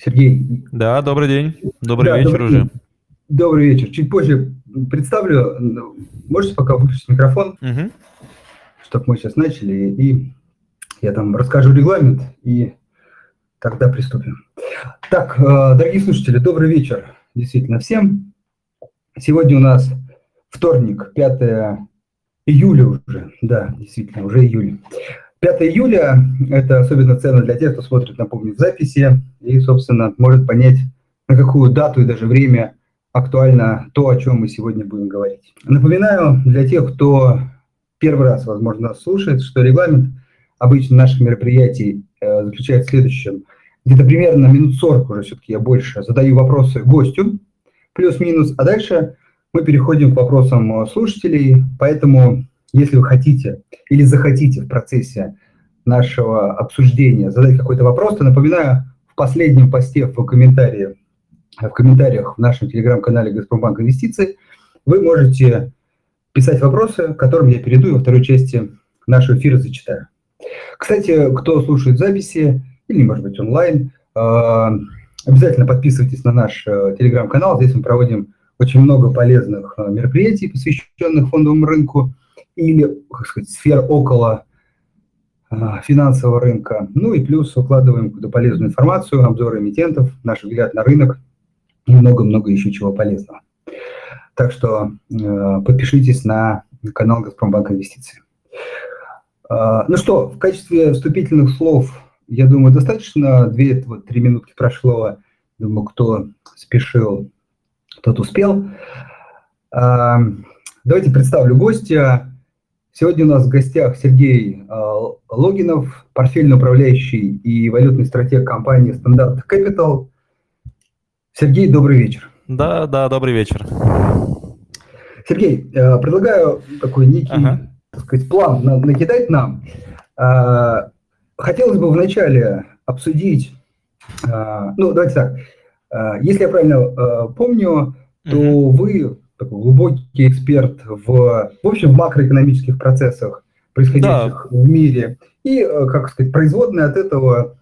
Сергей. Да, добрый день. Добрый Да, вечер добрый уже. день. Добрый вечер. Чуть позже представлю. Можете пока выключить микрофон, Мгм. чтобы мы сейчас начали, и я там расскажу регламент, и тогда приступим. Так, дорогие слушатели, добрый вечер действительно всем. Сегодня у нас вторник, 5 июля уже. Да, действительно, уже июль. 5 июля – это особенно ценно для тех, кто смотрит, напомню, в записи и, собственно, может понять, на какую дату и даже время актуально то, о чем мы сегодня будем говорить. Напоминаю для тех, кто первый раз, возможно, слушает, что регламент обычно наших мероприятий заключается в следующем. Где-то примерно минут 40 уже все-таки я больше задаю вопросы гостю, плюс-минус, а дальше мы переходим к вопросам слушателей, поэтому если вы хотите или захотите в процессе нашего обсуждения задать какой-то вопрос, то напоминаю, в последнем посте в комментариях в нашем телеграм-канале «Газпромбанк Инвестиции» вы можете писать вопросы, которым я перейду и во второй части нашего эфира зачитаю. Кстати, кто слушает записи или, может быть, онлайн, обязательно подписывайтесь на наш телеграм-канал. Здесь мы проводим очень много полезных мероприятий, посвященных фондовому рынку или, как сказать, сфер около финансового рынка. Ну и плюс укладываем какую-то полезную информацию, обзоры эмитентов, наш взгляд на рынок и много-много еще чего полезного. Так что подпишитесь на канал «Газпромбанк Инвестиции». Ну что, в качестве вступительных слов, я думаю, достаточно. 2-3 минутки прошло. Думаю, кто спешил, тот успел. Давайте представлю гостя. Сегодня у нас в гостях Сергей Логинов, портфельный управляющий и валютный стратег компании Standard Capital. Сергей, добрый вечер. Да, добрый вечер. Сергей, предлагаю такой некий, так сказать, план накидать нам. Хотелось бы вначале обсудить, давайте так, если я правильно помню, то вы такой глубокий эксперт в общем, в макроэкономических процессах, происходящих в мире, и, как сказать, производная от этого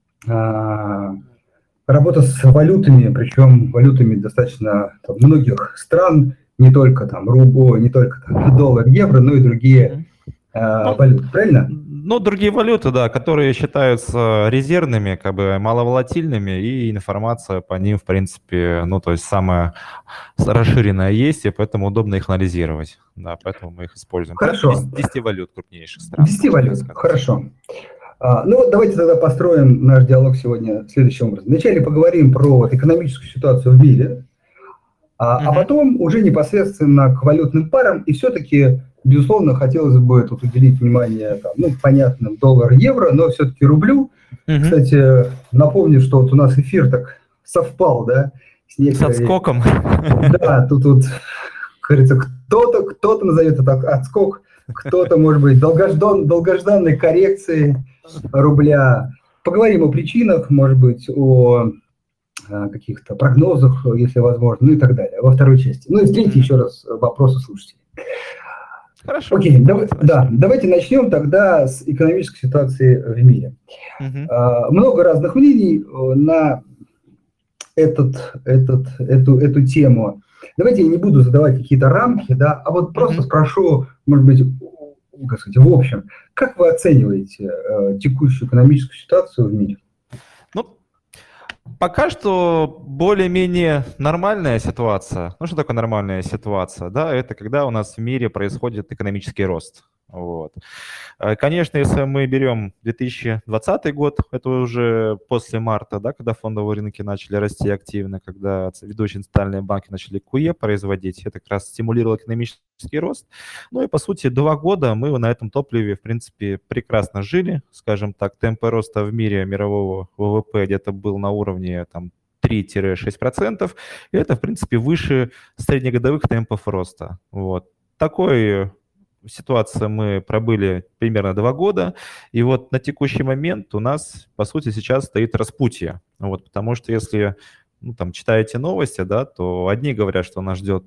работа с валютами, причем валютами достаточно многих стран, не только там рубль, не только там доллар, евро, но и другие валюты, правильно? Ну, другие валюты, да, которые считаются резервными, как бы маловолатильными, и информация по ним, в принципе, то есть самая расширенная есть, и поэтому удобно их анализировать. Да, поэтому мы их используем. Хорошо. 10 валют крупнейших стран. 10 валют, хорошо. Давайте тогда построим наш диалог сегодня следующим образом. Вначале поговорим про экономическую ситуацию в мире, а потом уже непосредственно к валютным парам. И все-таки, безусловно, хотелось бы тут уделить внимание, понятно, доллар-евро, но все-таки рублю. Кстати, напомню, что вот у нас эфир так совпал, да? С отскоком. Да, тут, как говорится, кто-то назовет это отскок, кто-то, может быть, долгожданной коррекции рубля. Поговорим о причинах, может быть, о каких-то прогнозах, если возможно, и так далее, во второй части. И в третьей еще раз вопросы слушателей. Хорошо. Окей, давайте начнем тогда с экономической ситуации в мире. Много разных мнений на эту тему. Давайте я не буду задавать какие-то рамки, да, а вот просто спрошу, может быть, как сказать, в общем, как вы оцениваете текущую экономическую ситуацию в мире? Пока что более-менее нормальная ситуация. Что такое нормальная ситуация? Да, это когда у нас в мире происходит экономический рост. Вот. Конечно, если мы берем 2020 год, это уже после марта, да, когда фондовые рынки начали расти активно, когда ведущие центральные банки начали QE производить, это как раз стимулировало экономический рост. И, по сути, 2 года мы на этом топливе, в принципе, прекрасно жили. Скажем так, темпы роста в мире мирового ВВП где-то был на уровне 3-6%. И это, в принципе, выше среднегодовых темпов роста. Вот. Такой ситуация мы пробыли примерно 2 года, и вот на текущий момент у нас, по сути, сейчас стоит распутье. Потому что если читаете новости, да, то одни говорят, что нас ждет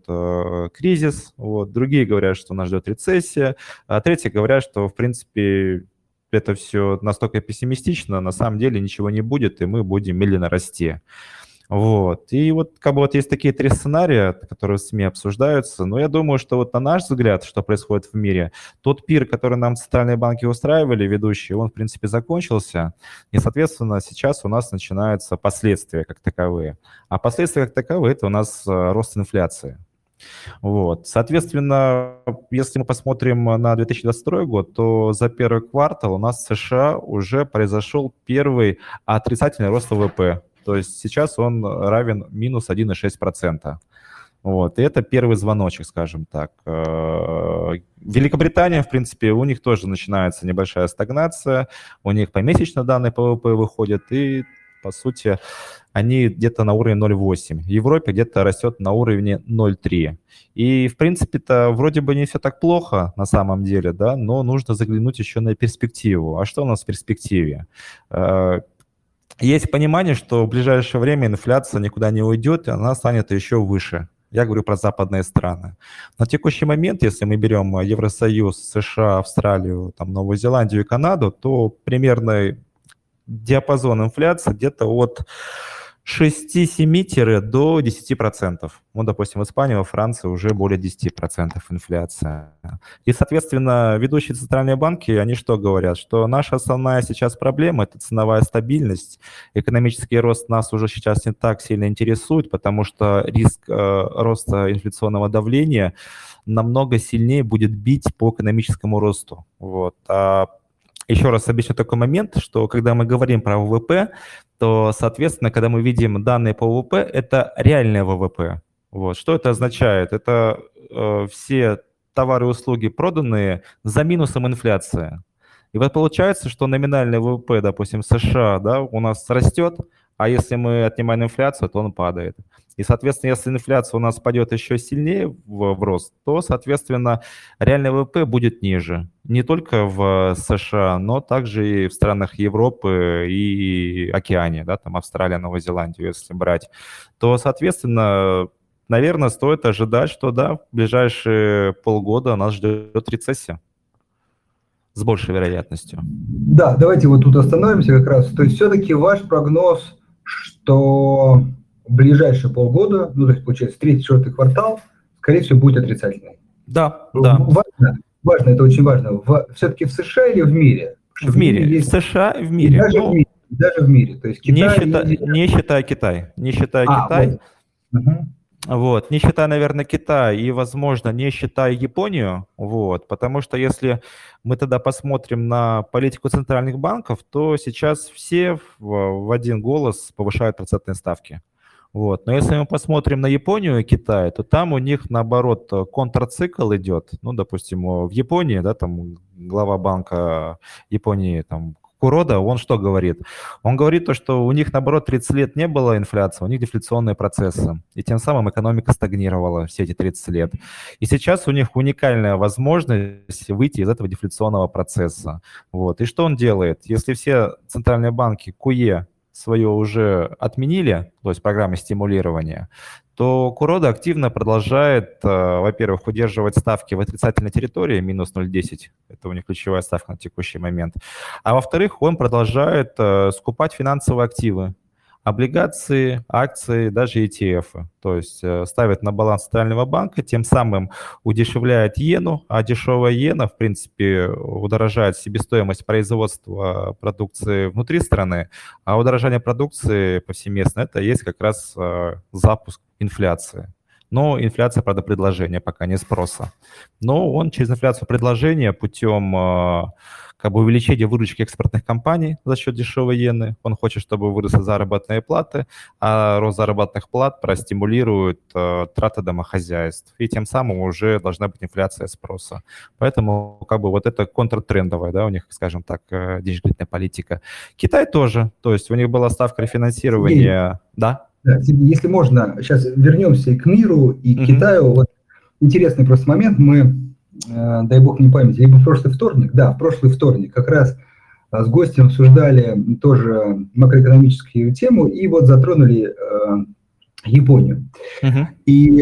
кризис, другие говорят, что нас ждет рецессия, а третьи говорят, что, в принципе, это все настолько пессимистично, на самом деле ничего не будет, и мы будем медленно расти. Вот. И вот как бы вот есть такие три сценария, которые в СМИ обсуждаются, но я думаю, что вот на наш взгляд, что происходит в мире, тот пир, который нам центральные банки устраивали, ведущие, он, в принципе, закончился, и, соответственно, сейчас у нас начинаются последствия как таковые. А последствия как таковые – это у нас рост инфляции. Вот. Соответственно, если мы посмотрим на 2022 год, то за первый квартал у нас в США уже произошел первый отрицательный рост ВВП. То есть сейчас он равен минус 1,6%. Вот. И это первый звоночек, скажем так. Великобритания, в принципе, у них тоже начинается небольшая стагнация, у них помесячно данные по ВВП выходят, и, по сути, они где-то на уровне 0,8. В Европе где-то растет на уровне 0,3. И, в принципе-то, вроде бы не все так плохо на самом деле, да, но нужно заглянуть еще на перспективу. А что у нас в перспективе? Есть понимание, что в ближайшее время инфляция никуда не уйдет, и она станет еще выше. Я говорю про западные страны. На текущий момент, если мы берем Евросоюз, США, Австралию, там, Новую Зеландию и Канаду, то примерный диапазон инфляции где-то от 6-7 до 10%. Ну, допустим, в Испании, во Франции уже более 10% инфляция. И, соответственно, ведущие центральные банки, они что говорят? Что наша основная сейчас проблема – это ценовая стабильность. Экономический рост нас уже сейчас не так сильно интересует, потому что риск роста инфляционного давления намного сильнее будет бить по экономическому росту. Вот. Еще раз объясню такой момент, что когда мы говорим про ВВП, то, соответственно, когда мы видим данные по ВВП, это реальное ВВП. Вот. Что это означает? Это все товары и услуги, проданные за минусом инфляции. И вот получается, что номинальный ВВП, допустим, США, да, у нас растет, а если мы отнимаем инфляцию, то он падает. И, соответственно, если инфляция у нас пойдет еще сильнее в рост, то, соответственно, реальный ВВП будет ниже. Не только в США, но также и в странах Европы и Океании, да, там Австралия, Новая Зеландия, если брать. То, соответственно, наверное, стоит ожидать, что, да, в ближайшие полгода нас ждет рецессия с большей вероятностью. Да, давайте вот тут остановимся как раз. То есть все-таки ваш прогноз, что в ближайшие полгода, ну, то есть, получается, 3-4 квартал, скорее всего, будет отрицательный. Да, да. Важно, это очень важно. Все-таки в США или в мире? В мире. Есть... В США и в мире. Даже в мире. То есть Китай... Не считая Китай. Не считая Китай. Вот, не считая, наверное, Китай и, возможно, не считая Японию, вот, потому что если мы тогда посмотрим на политику центральных банков, то сейчас все в один голос повышают процентные ставки. Вот. Но если мы посмотрим на Японию и Китай, то там у них, наоборот, контрцикл идет. Ну, допустим, в Японии, да, там глава банка Японии, там, Курода, он что говорит? Он говорит то, что у них, наоборот, 30 лет не было инфляции, у них дефляционные процессы. И тем самым экономика стагнировала все эти 30 лет. И сейчас у них уникальная возможность выйти из этого дефляционного процесса. Вот. И что он делает? Если все центральные банки КУЕ свое уже отменили, то есть программы стимулирования, то Курода активно продолжает, во-первых, удерживать ставки в отрицательной территории, минус 0,10, это у них ключевая ставка на текущий момент, а во-вторых, он продолжает скупать финансовые активы, облигации, акции, даже ETF, то есть ставит на баланс Центрального банка, тем самым удешевляет иену, а дешевая иена, в принципе, удорожает себестоимость производства продукции внутри страны, а удорожание продукции повсеместно – это есть как раз запуск инфляции. Но инфляция, правда, предложения, пока не спроса. Но он через инфляцию предложения путем как бы увеличения выручки экспортных компаний за счет дешевой иены. Он хочет, чтобы выросли заработные платы, а рост заработных плат простимулирует траты домохозяйств. И тем самым уже должна быть инфляция спроса. Поэтому как бы вот это контртрендовая, да, у них, скажем так, денежно-кредитная политика. Китай тоже. То есть у них была ставка рефинансирования. Да? Да, если можно, сейчас вернемся и к миру, и к Китаю. Вот интересный просто момент. Мы, дай бог мне памяти, либо в прошлый вторник, как раз с гостем обсуждали тоже макроэкономическую тему, и вот затронули Японию. И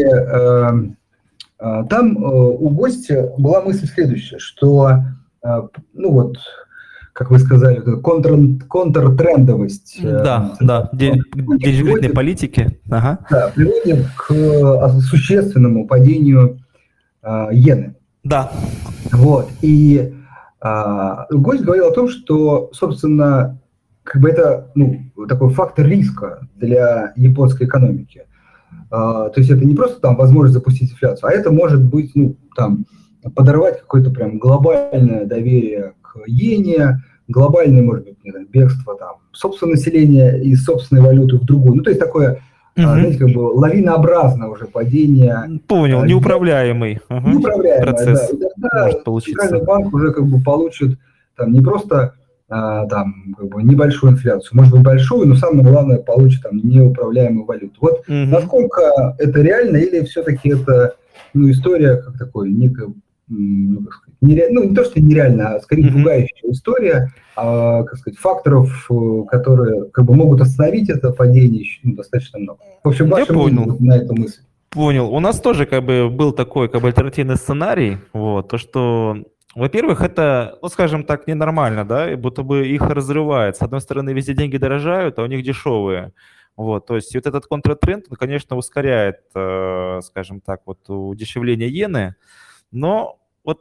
там у гостя была мысль следующая, что, ну вот, как вы сказали, контртрендовость. Денежной политики. Да, приводит к существенному падению иены. Да. Вот. И гость говорил о том, что, собственно, как бы это такой фактор риска для японской экономики. То есть это не просто там возможность запустить инфляцию, а это может быть подорвать какое-то прям глобальное доверие к иене, глобальное, может быть, бегство там собственного населения из собственной валюты в другую. То есть такое, знаете, как бы лавинообразное уже падение. Понял, неуправляемый процесс. Да. И тогда Центральный банк уже как бы получит там не просто небольшую инфляцию, может быть большую, но самое главное получит там неуправляемую валюту. Вот насколько это реально, или все-таки это история как такое некое, не то что нереально, а скорее пугающая история, как сказать, факторов, которые как бы могут остановить это падение, достаточно много. В общем, ваше мнение на эту мысль. Понял. У нас тоже как бы был такой как бы альтернативный сценарий, то что, во-первых, это, скажем так, ненормально, да, и будто бы их разрывает. С одной стороны, везде деньги дорожают, а у них дешевые. То есть вот этот контртренд, он, конечно, ускоряет, скажем так, удешевление иены, но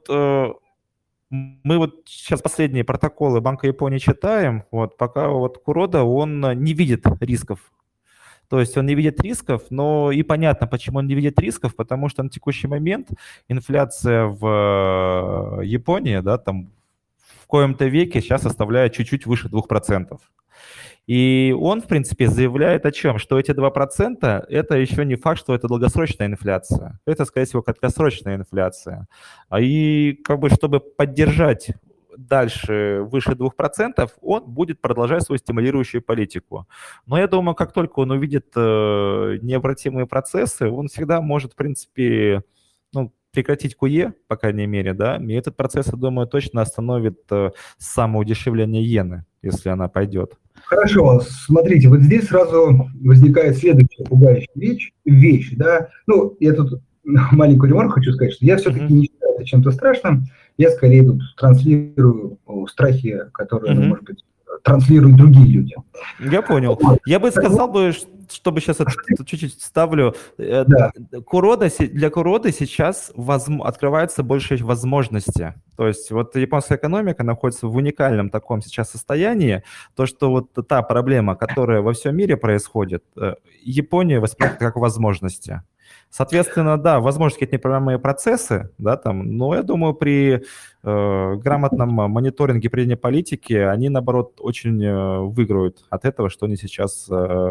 мы сейчас последние протоколы Банка Японии читаем, пока Курода, он не видит рисков. То есть он не видит рисков, но и понятно, почему он не видит рисков, потому что на текущий момент инфляция в Японии, да, там в коем-то веке сейчас составляет чуть-чуть выше 2%. И он, в принципе, заявляет о чем? Что эти 2% – это еще не факт, что это долгосрочная инфляция. Это, скорее всего, краткосрочная инфляция. И как бы, чтобы поддержать дальше выше 2%, он будет продолжать свою стимулирующую политику. Но я думаю, как только он увидит необратимые процессы, он всегда может, в принципе, прекратить КУЕ, по крайней мере, да, и этот процесс, я думаю, точно остановит самоудешевление иены, если она пойдет. Хорошо, смотрите, вот здесь сразу возникает следующая пугающая вещь, да, я тут маленькую ремарку хочу сказать, что я все-таки не считаю это чем-то страшным, я скорее тут транслирую страхи, которые, может быть, транслируют другие люди. Я понял. Я бы сказал чтобы сейчас чуть-чуть вставлю, для Куроды сейчас открываются большие возможности. То есть японская экономика находится в уникальном таком сейчас состоянии, то, что та проблема, которая во всем мире происходит, Япония воспринимает как возможности. Соответственно, да, возможно, какие-то неправильные процессы, да, но я думаю, при грамотном мониторинге проведения политики они, наоборот, очень выиграют от этого, что они сейчас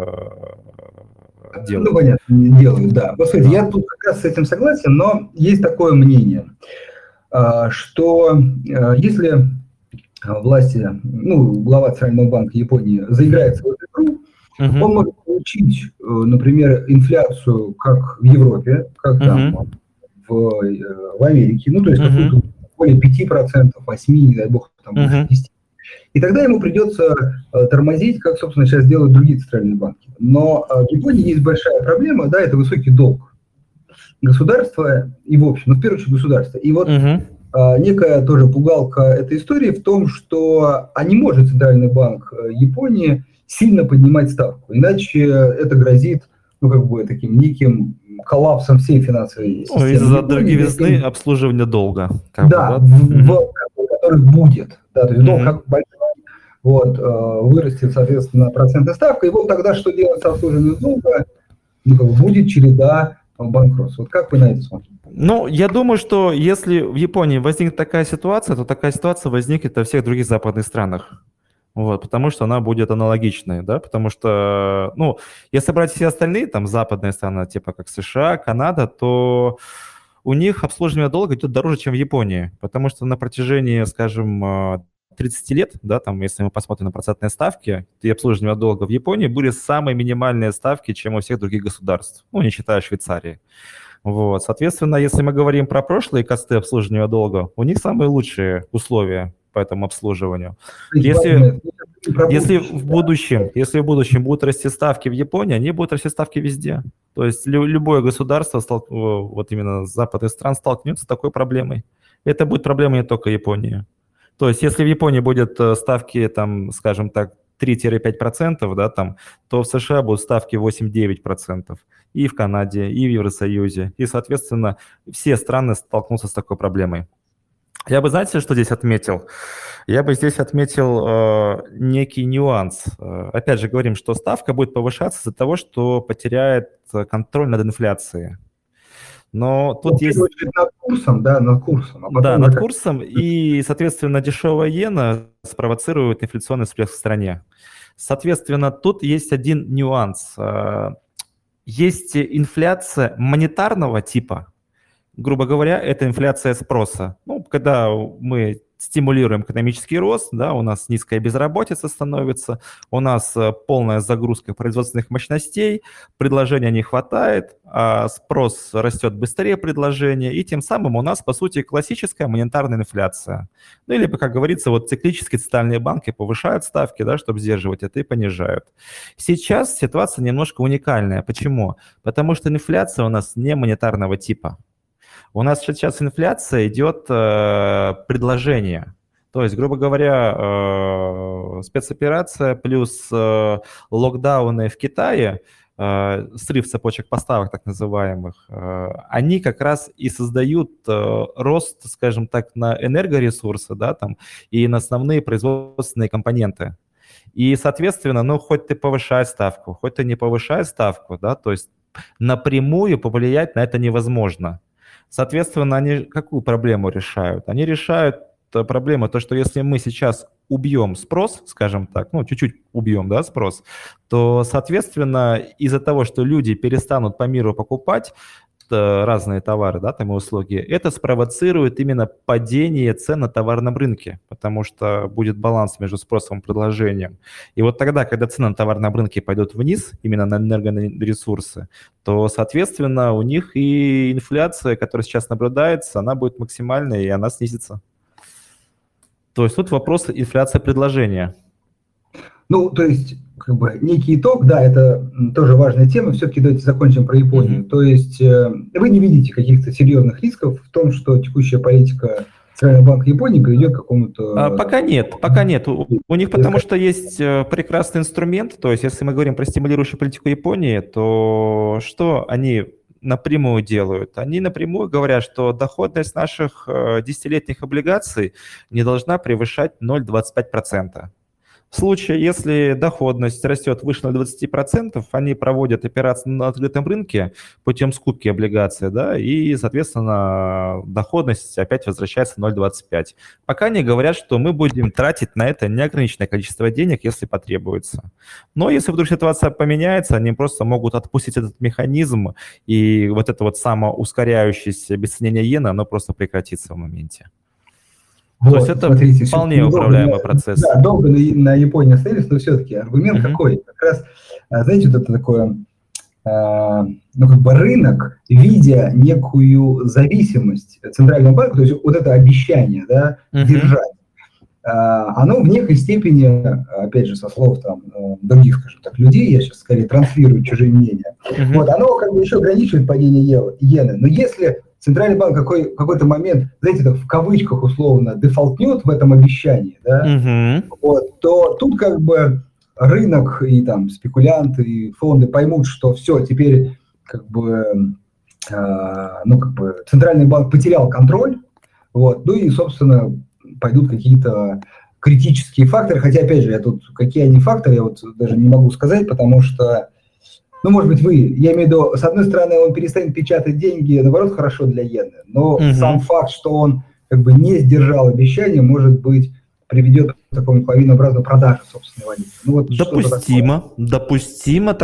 делают. Понятно, делают, да. Посмотрите, я тут как раз с этим согласен, но есть такое мнение, что если власти, глава Центрального банка Японии заиграет свою игру, он может получить, например, инфляцию как в Европе, как там в Америке, то есть какую-то более 5%, 8%, не дай бог, там больше 10%. И тогда ему придется тормозить, как, собственно, сейчас делают другие центральные банки. Но в Японии есть большая проблема, да, это высокий долг государства и в общем, в первую очередь государства. И некая тоже пугалка этой истории в том, что не может Центральный банк Японии сильно поднимать ставку, иначе это грозит, таким неким коллапсом всей финансовой системы. Из-за дороговизны обслуживания долга. В которых будет, да, то есть долг как большой, вырастет, соответственно, процентная ставка, и тогда что делать с обслуживанием долга? Будет череда банкротств. Как вы на это смотрите? Я думаю, что если в Японии возникнет такая ситуация, то такая ситуация возникнет во всех других западных странах. Потому что она будет аналогичной, да, потому что, если брать все остальные, там, западные страны, типа как США, Канада, то у них обслуживание долга идет дороже, чем в Японии, потому что на протяжении, скажем, 30 лет, да, там, если мы посмотрим на процентные ставки, и обслуживание долга в Японии были самые минимальные ставки, чем у всех других государств, не считая Швейцарии. Соответственно, если мы говорим про прошлые косты обслуживания долга, у них самые лучшие условия по этому обслуживанию. Если в будущем будут расти ставки в Японии, они будут расти ставки везде. То есть любое государство, именно западных стран, столкнется с такой проблемой. Это будет проблема не только Японии. То есть если в Японии будет ставки, там, скажем так, 3-5%, да, там, то в США будут ставки 8-9%. И в Канаде, и в Евросоюзе. И, соответственно, все страны столкнутся с такой проблемой. Я бы, знаете, что здесь отметил? Я бы здесь отметил некий нюанс. Опять же, говорим, что ставка будет повышаться из-за того, что потеряет контроль над инфляцией. Но тут есть... Над курсом, да, над курсом. Да, над курсом, и, соответственно, дешевая иена спровоцирует инфляционный всплеск в стране. Соответственно, тут есть один нюанс. Есть инфляция монетарного типа. Грубо говоря, это инфляция спроса. Ну, когда мы стимулируем экономический рост, да, у нас низкая безработица становится, у нас полная загрузка производственных мощностей, предложения не хватает, а спрос растет быстрее предложения, и тем самым у нас, по сути, классическая монетарная инфляция. Ну, или, как говорится, вот циклические центральные банки повышают ставки, да, чтобы сдерживать это, и понижают. Сейчас ситуация немножко уникальная. Почему? Потому что инфляция у нас не монетарного типа. У нас сейчас инфляция идет предложение. То есть, грубо говоря, спецоперация плюс локдауны в Китае, срыв цепочек поставок так называемых, они как раз и создают рост, скажем так, на энергоресурсы, да, там, и на основные производственные компоненты. И, соответственно, ну, хоть ты повышай ставку, хоть ты не повышай ставку, да, то есть напрямую повлиять на это невозможно. Соответственно, они какую проблему решают? Они решают проблему, то, что если мы сейчас убьем спрос, скажем так, ну, чуть-чуть убьем, да, спрос, то, соответственно, из-за того, что люди перестанут по миру покупать разные товары, да, там и услуги, это спровоцирует именно падение цен на товарном рынке, потому что будет баланс между спросом и предложением. И вот тогда, когда цены на товарном рынке пойдут вниз, именно на энергоресурсы, то, соответственно, у них и инфляция, которая сейчас наблюдается, она будет максимальной, и она снизится. То есть тут вопрос инфляции предложения. Ну, то есть, как бы, некий итог, да, это тоже важная тема, все-таки давайте закончим про Японию. То есть вы не видите каких-то серьезных рисков в том, что текущая политика Центрального банка Японии приведет к какому-то... Пока нет. У них потому что есть прекрасный инструмент, то есть если мы говорим про стимулирующую политику Японии, то что они напрямую делают? Они напрямую говорят, что доходность наших 10-летних облигаций не должна превышать 0,25%. В случае, если доходность растет выше 20%, они проводят операции на открытом рынке путем скупки облигаций, да, и, соответственно, доходность опять возвращается 0,25. Пока они говорят, что мы будем тратить на это неограниченное количество денег, если потребуется. Но если вдруг ситуация поменяется, они просто могут отпустить этот механизм, и вот это вот самоускоряющееся обесценение иены, оно просто прекратится в моменте. Вот, то есть это смотрите, вполне управляемый процесс. Да, долго на Японии остановились, но все-таки аргумент какой? Как раз, знаете, вот это такое, ну, как бы рынок, видя некую зависимость Центрального банка, то есть вот это обещание, да, держать, оно в некой степени, опять же, со слов там других, скажем так, людей, я сейчас скорее транслирую чужие мнения, вот, оно как бы еще ограничивает падение иены. Но если Центральный банк какой-то момент, знаете, так в кавычках условно дефолтнет в этом обещании, да, вот, то тут как бы рынок и там спекулянты и фонды поймут, что все, теперь как бы, ну, как бы Центральный банк потерял контроль, вот, ну и, собственно, пойдут какие-то критические факторы, хотя, опять же, какие они факторы, я вот даже не могу сказать, потому что, ну, может быть, я имею в виду, с одной стороны, он перестанет печатать деньги, наоборот, хорошо для иены, но сам факт, что он как бы не сдержал обещания, может быть, приведет к такому лавинообразному продаже собственной валюты. Ну, вот допустимо,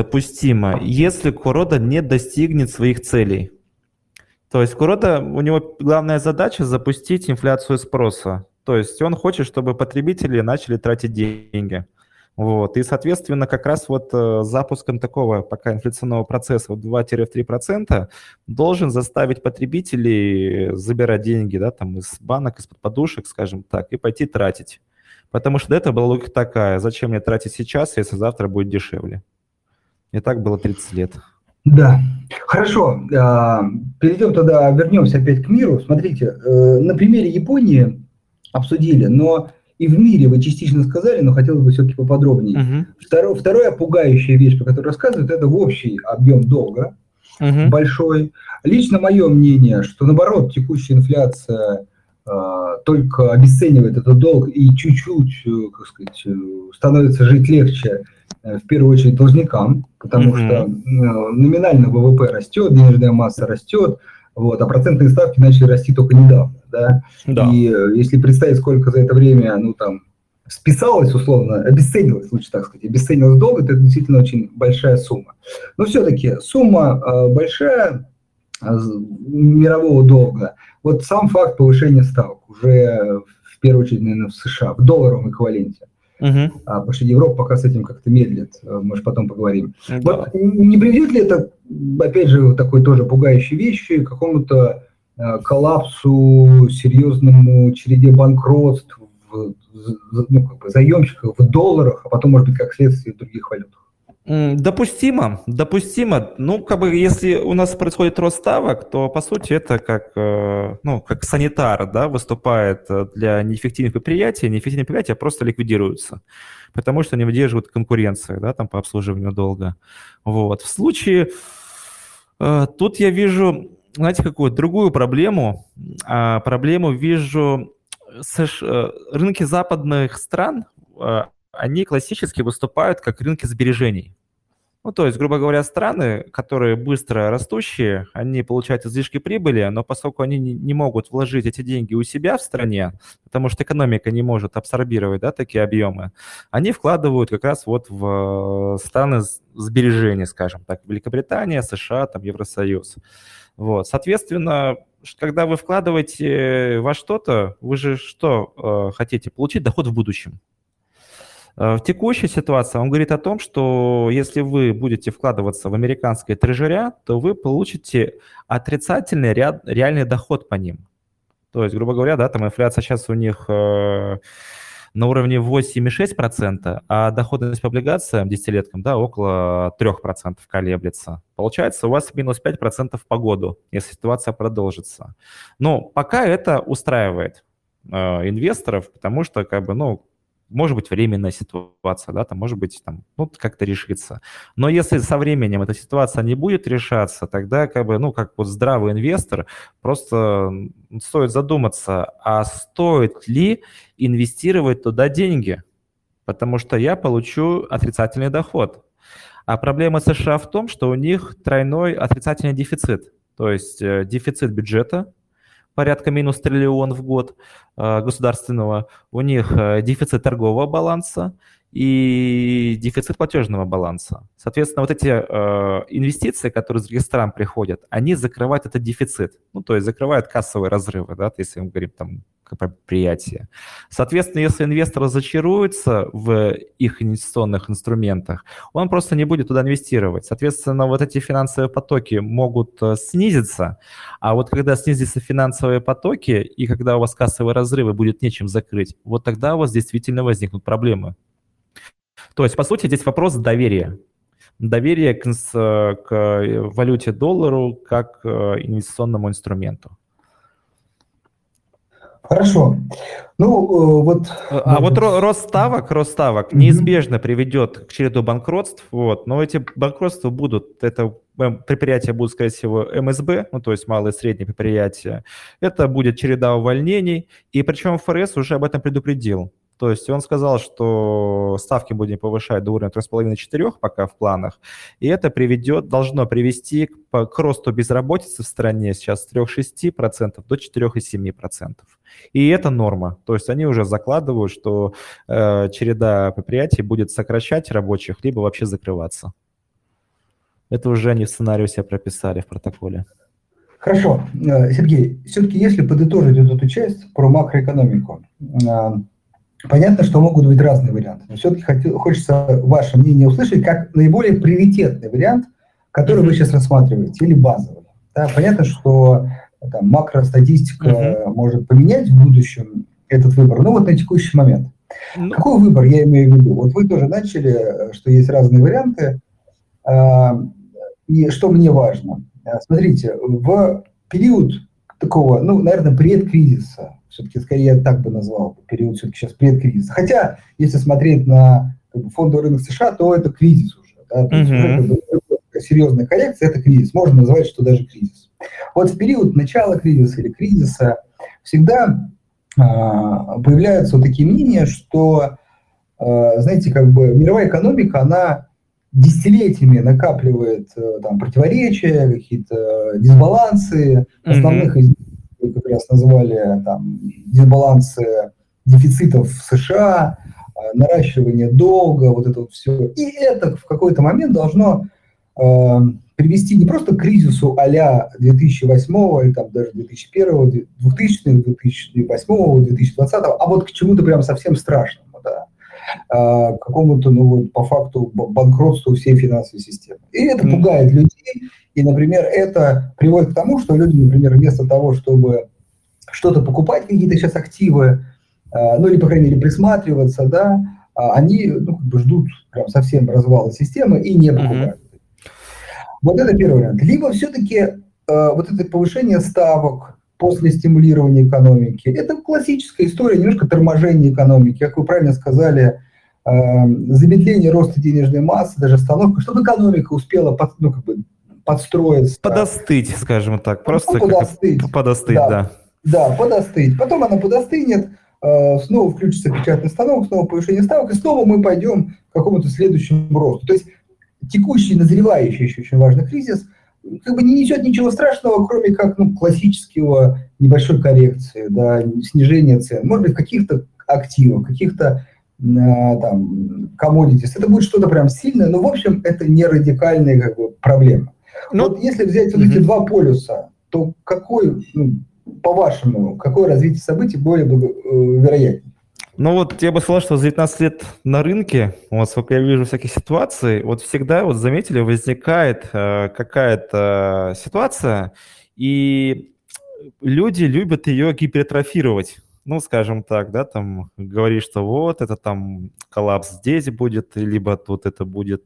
если Курода не достигнет своих целей. То есть Курода, у него главная задача запустить инфляцию спроса. То есть он хочет, чтобы потребители начали тратить деньги. Вот. И, соответственно, как раз вот запуском такого пока инфляционного процесса 2-3% должен заставить потребителей забирать деньги, да, там, из банок, из-под подушек, скажем так, и пойти тратить. Потому что до этого была логика такая: зачем мне тратить сейчас, если завтра будет дешевле? И так было 30 лет. Да, хорошо. Перейдем тогда, вернемся опять к миру. Смотрите, на примере Японии обсудили, но и в мире вы частично сказали, но хотелось бы все-таки поподробнее. Вторая пугающая вещь, по которой рассказывают, это в общий объем долга большой. Лично мое мнение, что наоборот текущая инфляция только обесценивает этот долг и чуть-чуть, как сказать, становится жить легче, в первую очередь должникам, потому что номинально ВВП растет, денежная масса растет, вот, а процентные ставки начали расти только недавно. Да? И если представить, сколько за это время списалось, условно, обесценилось, лучше так сказать, обесценилось долг, это действительно очень большая сумма. Но все-таки сумма большая мирового долга. Вот сам факт повышения ставок уже в первую очередь, наверное, в США, в долларовом эквиваленте. Потому что Европа пока с этим как-то медлит, может, потом поговорим. Вот не приведет ли это, опять же, такой тоже пугающей вещи, к какому-то коллапсу, серьезному череде банкротств, заемщиков в долларах, а потом, может быть, как следствие в других валютах? Допустимо. Ну, если у нас происходит рост ставок, то, по сути, это как санитар, да, выступает для неэффективных предприятий. Неэффективные предприятия просто ликвидируются, потому что они выдерживают конкуренцию, да, там, по обслуживанию долга. Вот. В случае, тут я вижу, знаете, какую другую проблему. Проблему вижу, рынки западных стран, они классически выступают как рынки сбережений. Ну, то есть, грубо говоря, страны, которые быстро растущие, они получают излишки прибыли, но поскольку они не могут вложить эти деньги у себя в стране, потому что экономика не может абсорбировать, да, такие объемы, они вкладывают как раз вот в страны сбережений, скажем так, Великобритания, США, там, Евросоюз. Вот. Соответственно, когда вы вкладываете во что-то, вы же что хотите? Получить доход в будущем. В текущей ситуации он говорит о том, что если вы будете вкладываться в американские трежеря, то вы получите отрицательный реальный доход по ним. То есть, грубо говоря, да, там инфляция сейчас у них на уровне 8,6%, а доходность по облигациям десятилеткам, да, около 3% колеблется. Получается, у вас минус 5% по году, если ситуация продолжится. Но пока это устраивает инвесторов, потому что, может быть, временная ситуация, да, там, может быть, там, как-то решится. Но если со временем эта ситуация не будет решаться, тогда, как вот здравый инвестор, просто стоит задуматься, а стоит ли инвестировать туда деньги, потому что я получу отрицательный доход. А проблема США в том, что у них тройной отрицательный дефицит, то есть дефицит бюджета, порядка минус $1 триллион в год государственного, у них дефицит торгового баланса и дефицит платежного баланса. Соответственно, вот эти инвестиции, которые из других стран приходят, они закрывают этот дефицит, то есть закрывают кассовые разрывы, да, если мы говорим там предприятия. Соответственно, если инвестор разочаруется в их инвестиционных инструментах, он просто не будет туда инвестировать. Соответственно, вот эти финансовые потоки могут снизиться, а вот когда снизятся финансовые потоки и когда у вас кассовые разрывы будет нечем закрыть, вот тогда у вас действительно возникнут проблемы. То есть, по сути, здесь вопрос доверия. Доверие к валюте доллару как инвестиционному инструменту. Хорошо. Рост ставок неизбежно приведет к череду банкротств, но эти банкротства будут, это предприятия будут, скорее всего, МСБ, то есть малые и средние предприятия, это будет череда увольнений, и причем ФРС уже об этом предупредил. То есть он сказал, что ставки будем повышать до уровня 3,5-4 пока в планах, и это должно привести к росту безработицы в стране сейчас с 3,6% до 4,7%. И это норма. То есть они уже закладывают, что череда предприятий будет сокращать рабочих, либо вообще закрываться. Это уже они в сценарии себе прописали в протоколе. Хорошо. Сергей, все-таки если подытожить эту часть про макроэкономику, понятно, что могут быть разные варианты, но все-таки хочется ваше мнение услышать как наиболее приоритетный вариант, который вы сейчас рассматриваете, или базовый. Да, понятно, что макростатистика может поменять в будущем этот выбор, но вот на текущий момент. Какой выбор я имею в виду? Вот вы тоже начали, что есть разные варианты, и что мне важно. Смотрите, в период такого, наверное, предкризиса, все-таки скорее я так бы назвал период все-таки сейчас предкризиса. Хотя, если смотреть на фондовый рынок США, то это кризис уже. Да? То есть уже серьезная коррекция – это кризис. Можно назвать, что даже кризис. Вот в период начала кризиса или кризиса всегда появляются вот такие мнения, что, знаете, как бы мировая экономика, она десятилетиями накапливает там противоречия, какие-то дисбалансы. Основных из них как раз назвали там дисбалансы дефицитов в США, наращивание долга, вот это вот все. И это в какой-то момент должно привести не просто к кризису а-ля 2008 или там даже 2001, 2000, 2008, 2020, а вот к чему-то прям совсем страшному, да, к какому-то, ну вот по факту банкротству всей финансовой системы. И это пугает людей, и, например, это приводит к тому, что люди, например, вместо того, чтобы что-то покупать, какие-то сейчас активы, ну или, по крайней мере, присматриваться, да, они ну, как бы ждут прям совсем развала системы и не покупают. Вот это первый вариант. Либо все-таки вот это повышение ставок после стимулирования экономики, это классическая история, немножко торможения экономики, как вы правильно сказали, замедление роста денежной массы, даже остановка, чтобы экономика успела ну, как бы подстроиться. Подостыть, скажем так, просто подостыть, да. Да, подостыть. Потом она подостынет, снова включится печатный станок, снова повышение ставок, и снова мы пойдем к какому-то следующему росту. То есть текущий, назревающий еще очень важный кризис как бы не несет ничего страшного, кроме как классического небольшой коррекции, да, снижения цен. Может быть, каких-то активов, каких-то там commodities. Это будет что-то прям сильное, но, в общем, это не радикальная как бы проблема. Вот если взять вот эти два полюса, то какой, по-вашему, какое развитие событий более вероятнее? Ну вот я бы сказал, что за 19 лет на рынке, вот сколько я вижу всяких ситуаций, вот всегда, вот заметили, возникает какая-то ситуация, и люди любят ее гипертрофировать. Ну, скажем так, да, там говоришь, что вот это там коллапс здесь будет, либо тут это будет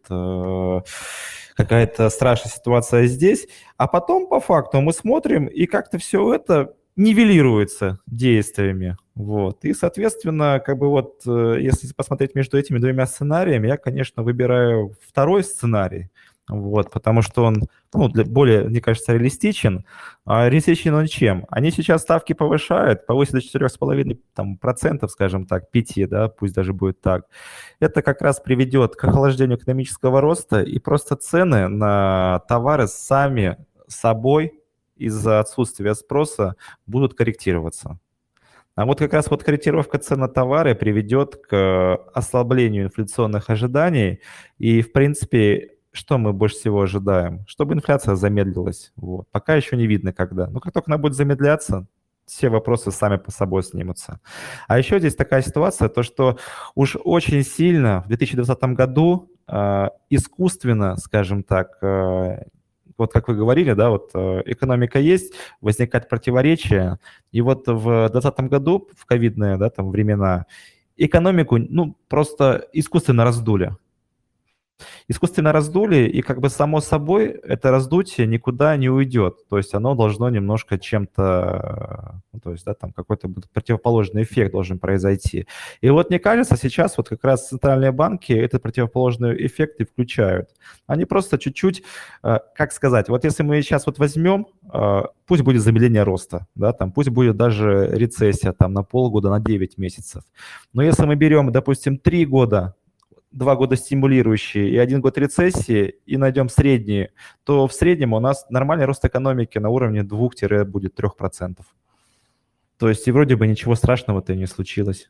какая-то страшная ситуация здесь, а потом по факту мы смотрим, и как-то все это нивелируется действиями. Вот. И, соответственно, как бы вот, если посмотреть между этими двумя сценариями, я, конечно, выбираю второй сценарий, вот, потому что он более, мне кажется, реалистичен. А реалистичен он чем? Они сейчас ставки повышают, повысят до 4,5%, скажем так, 5%, да, пусть даже будет так. Это как раз приведет к охлаждению экономического роста, и просто цены на товары сами собой из-за отсутствия спроса будут корректироваться. А вот как раз вот корректировка цен на товары приведет к ослаблению инфляционных ожиданий. И, в принципе, что мы больше всего ожидаем? Чтобы инфляция замедлилась. Вот. Пока еще не видно, когда. Но как только она будет замедляться, все вопросы сами по собой снимутся. А еще здесь такая ситуация, то что уж очень сильно в 2020 году искусственно, скажем так, вот как вы говорили, да, вот экономика есть, возникает противоречие, и вот в 2020 году, в ковидные, да, там времена, экономику, просто искусственно раздули. Искусственно раздули, и как бы само собой это раздутие никуда не уйдет. То есть оно должно немножко чем-то, то есть, да, там какой-то противоположный эффект должен произойти. И вот мне кажется, сейчас вот как раз центральные банки этот противоположный эффект и включают. Они просто чуть-чуть, как сказать, вот если мы сейчас вот возьмем, пусть будет замедление роста, да, там, пусть будет даже рецессия там на полгода, на 9 месяцев. Но если мы берем, допустим, 3 года, 2 года стимулирующие и 1 год рецессии, и найдем средние, то в среднем у нас нормальный рост экономики на уровне 2-3%. То есть и вроде бы ничего страшного-то и не случилось.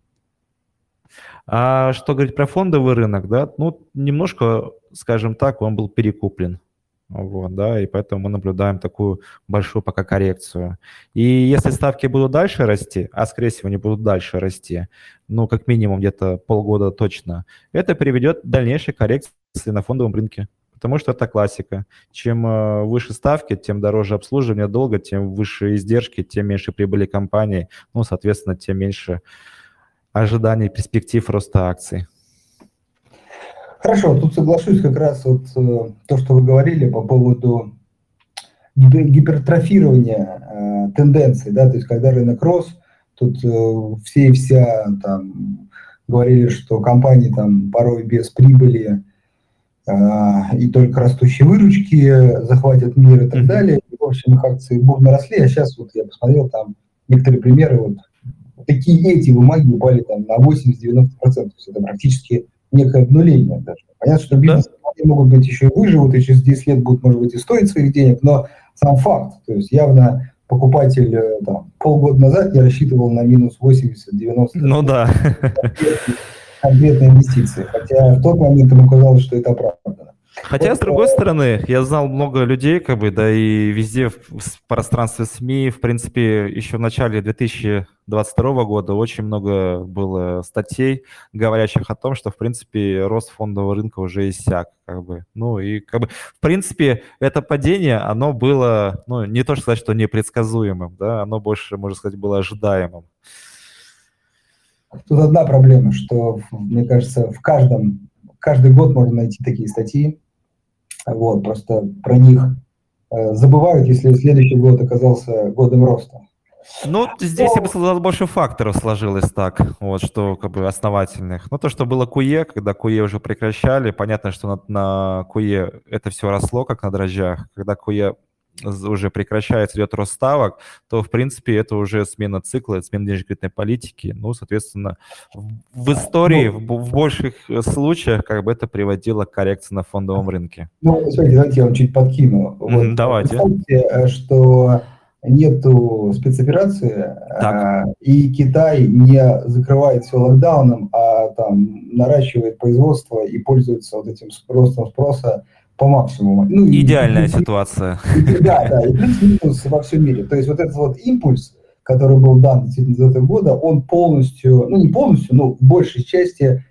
А что говорить про фондовый рынок, да, немножко, скажем так, он был перекуплен. Вот, да, и поэтому мы наблюдаем такую большую пока коррекцию. И если ставки будут дальше расти, а скорее всего они будут дальше расти, как минимум где-то полгода точно, это приведет к дальнейшей коррекции на фондовом рынке. Потому что это классика. Чем выше ставки, тем дороже обслуживание долга, тем выше издержки, тем меньше прибыли компании, соответственно, тем меньше ожиданий, перспектив роста акций. Хорошо, тут соглашусь как раз вот то, что вы говорили по поводу гипертрофирования тенденций, да, то есть когда рынок рос, Тут все и вся там говорили, что компании там порой без прибыли и только растущие выручки захватят мир и так далее. И, в общем, их акции бурно росли, а сейчас вот я посмотрел там некоторые примеры, вот такие эти бумаги упали там на 80-90%. То есть это практически некое обнуление даже. Понятно, что бизнес могут быть еще и выживут, и через 10 лет будут, может быть, и стоить своих денег, но сам факт, то есть явно покупатель там, полгода назад не рассчитывал на минус 80-90%. Ну да. Конкретные инвестиции, хотя в тот момент ему казалось, что это оправдано. Хотя, с другой стороны, я знал много людей, как бы, да, и везде в пространстве СМИ, в принципе, еще в начале 2022 года очень много было статей, говорящих о том, что, в принципе, рост фондового рынка уже иссяк, как бы. Ну, и, как бы, в принципе, это падение, оно было, ну, не то, что сказать, что непредсказуемым, да, оно больше, можно сказать, было ожидаемым. Тут одна проблема, что, мне кажется, каждый год можно найти такие статьи. Вот, просто про них забывают, если следующий год оказался годом роста. Ну, здесь, я бы сказал, больше факторов сложилось так, вот, что как бы основательных. Ну, то, что было КУЕ, когда КУЕ уже прекращали, понятно, что на КУЕ это все росло, как на дрожжах. Когда КУЕ уже прекращается, идет рост ставок, то, в принципе, это уже смена цикла, смена денежно-кредитной политики. Ну, соответственно, в истории, в больших случаях, как бы это приводило к коррекции на фондовом рынке. Ну, смотрите, давайте я вам чуть подкину. Вот, давайте. Представьте, что нету спецоперации, и Китай не закрывает все локдауном, а там наращивает производство и пользуется вот этим ростом спроса по максимуму. Ну, идеальная ситуация. Да, и плюс-минус во всем мире. То есть вот этот вот импульс, который был дан действительно из этого года, он полностью, ну не полностью, но в большей части,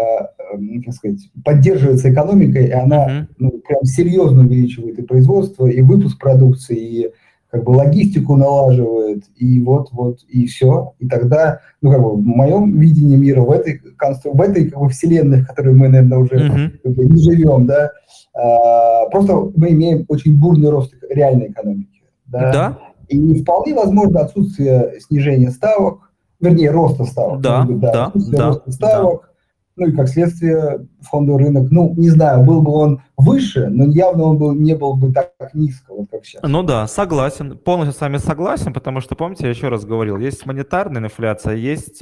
как сказать, поддерживается экономикой, и она прям серьезно увеличивает и производство, и выпуск продукции, и как бы логистику налаживает, и вот, и все. И тогда, ну, как бы, в моем видении мира, в этой как бы, вселенной, в которой мы, наверное, уже как бы, не живем, да, просто мы имеем очень бурный рост реальной экономики. Да? И вполне возможно отсутствие снижения ставок, вернее, роста ставок. Отсутствие роста ставок. Ну и как следствие фондовый рынок, ну, не знаю, был бы он выше, но явно он не был бы так низко, вот как сейчас. Ну да, согласен, полностью с вами согласен, потому что, помните, я еще раз говорил, есть монетарная инфляция, есть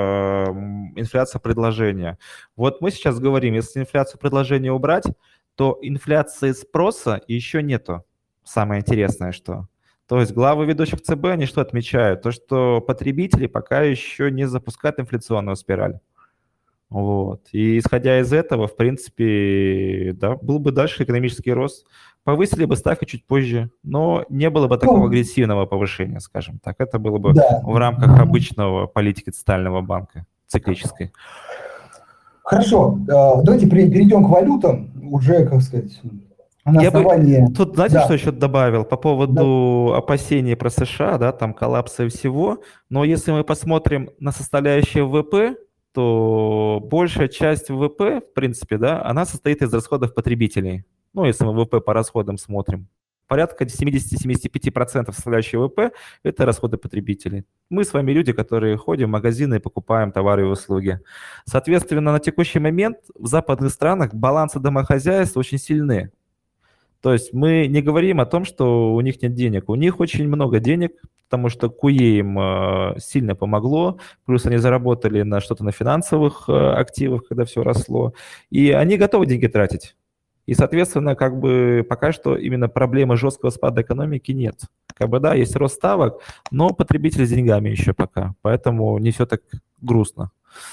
инфляция предложения. Вот мы сейчас говорим, если инфляцию предложения убрать, то инфляции спроса еще нету. Самое интересное, что... То есть главы ведущих ЦБ, они что отмечают? То, что потребители пока еще не запускают инфляционную спираль. Вот. И исходя из этого, в принципе, да, был бы дальше экономический рост. Повысили бы ставки чуть позже, но не было бы такого агрессивного повышения, скажем так. Это было бы в рамках обычного политики Центрального банка, циклической. Хорошо, давайте перейдем к валютам, уже, как сказать, на основании... Тут, знаете, что еще добавил по поводу опасений про США, да, там коллапса и всего, но если мы посмотрим на составляющие ВВП, то большая часть ВВП, в принципе, да, она состоит из расходов потребителей. Ну, если мы ВВП по расходам смотрим. Порядка 70-75% составляющей ВВП – это расходы потребителей. Мы с вами люди, которые ходим в магазины и покупаем товары и услуги. Соответственно, на текущий момент в западных странах балансы домохозяйств очень сильны. То есть мы не говорим о том, что у них нет денег. У них очень много денег, потому что КУЕ им сильно помогло, плюс они заработали на что-то на финансовых активах, когда все росло, и они готовы деньги тратить. И, соответственно, как бы пока что именно проблемы жесткого спада экономики нет. Как бы да, есть рост ставок, но потребитель с деньгами еще пока, поэтому не все так грустно.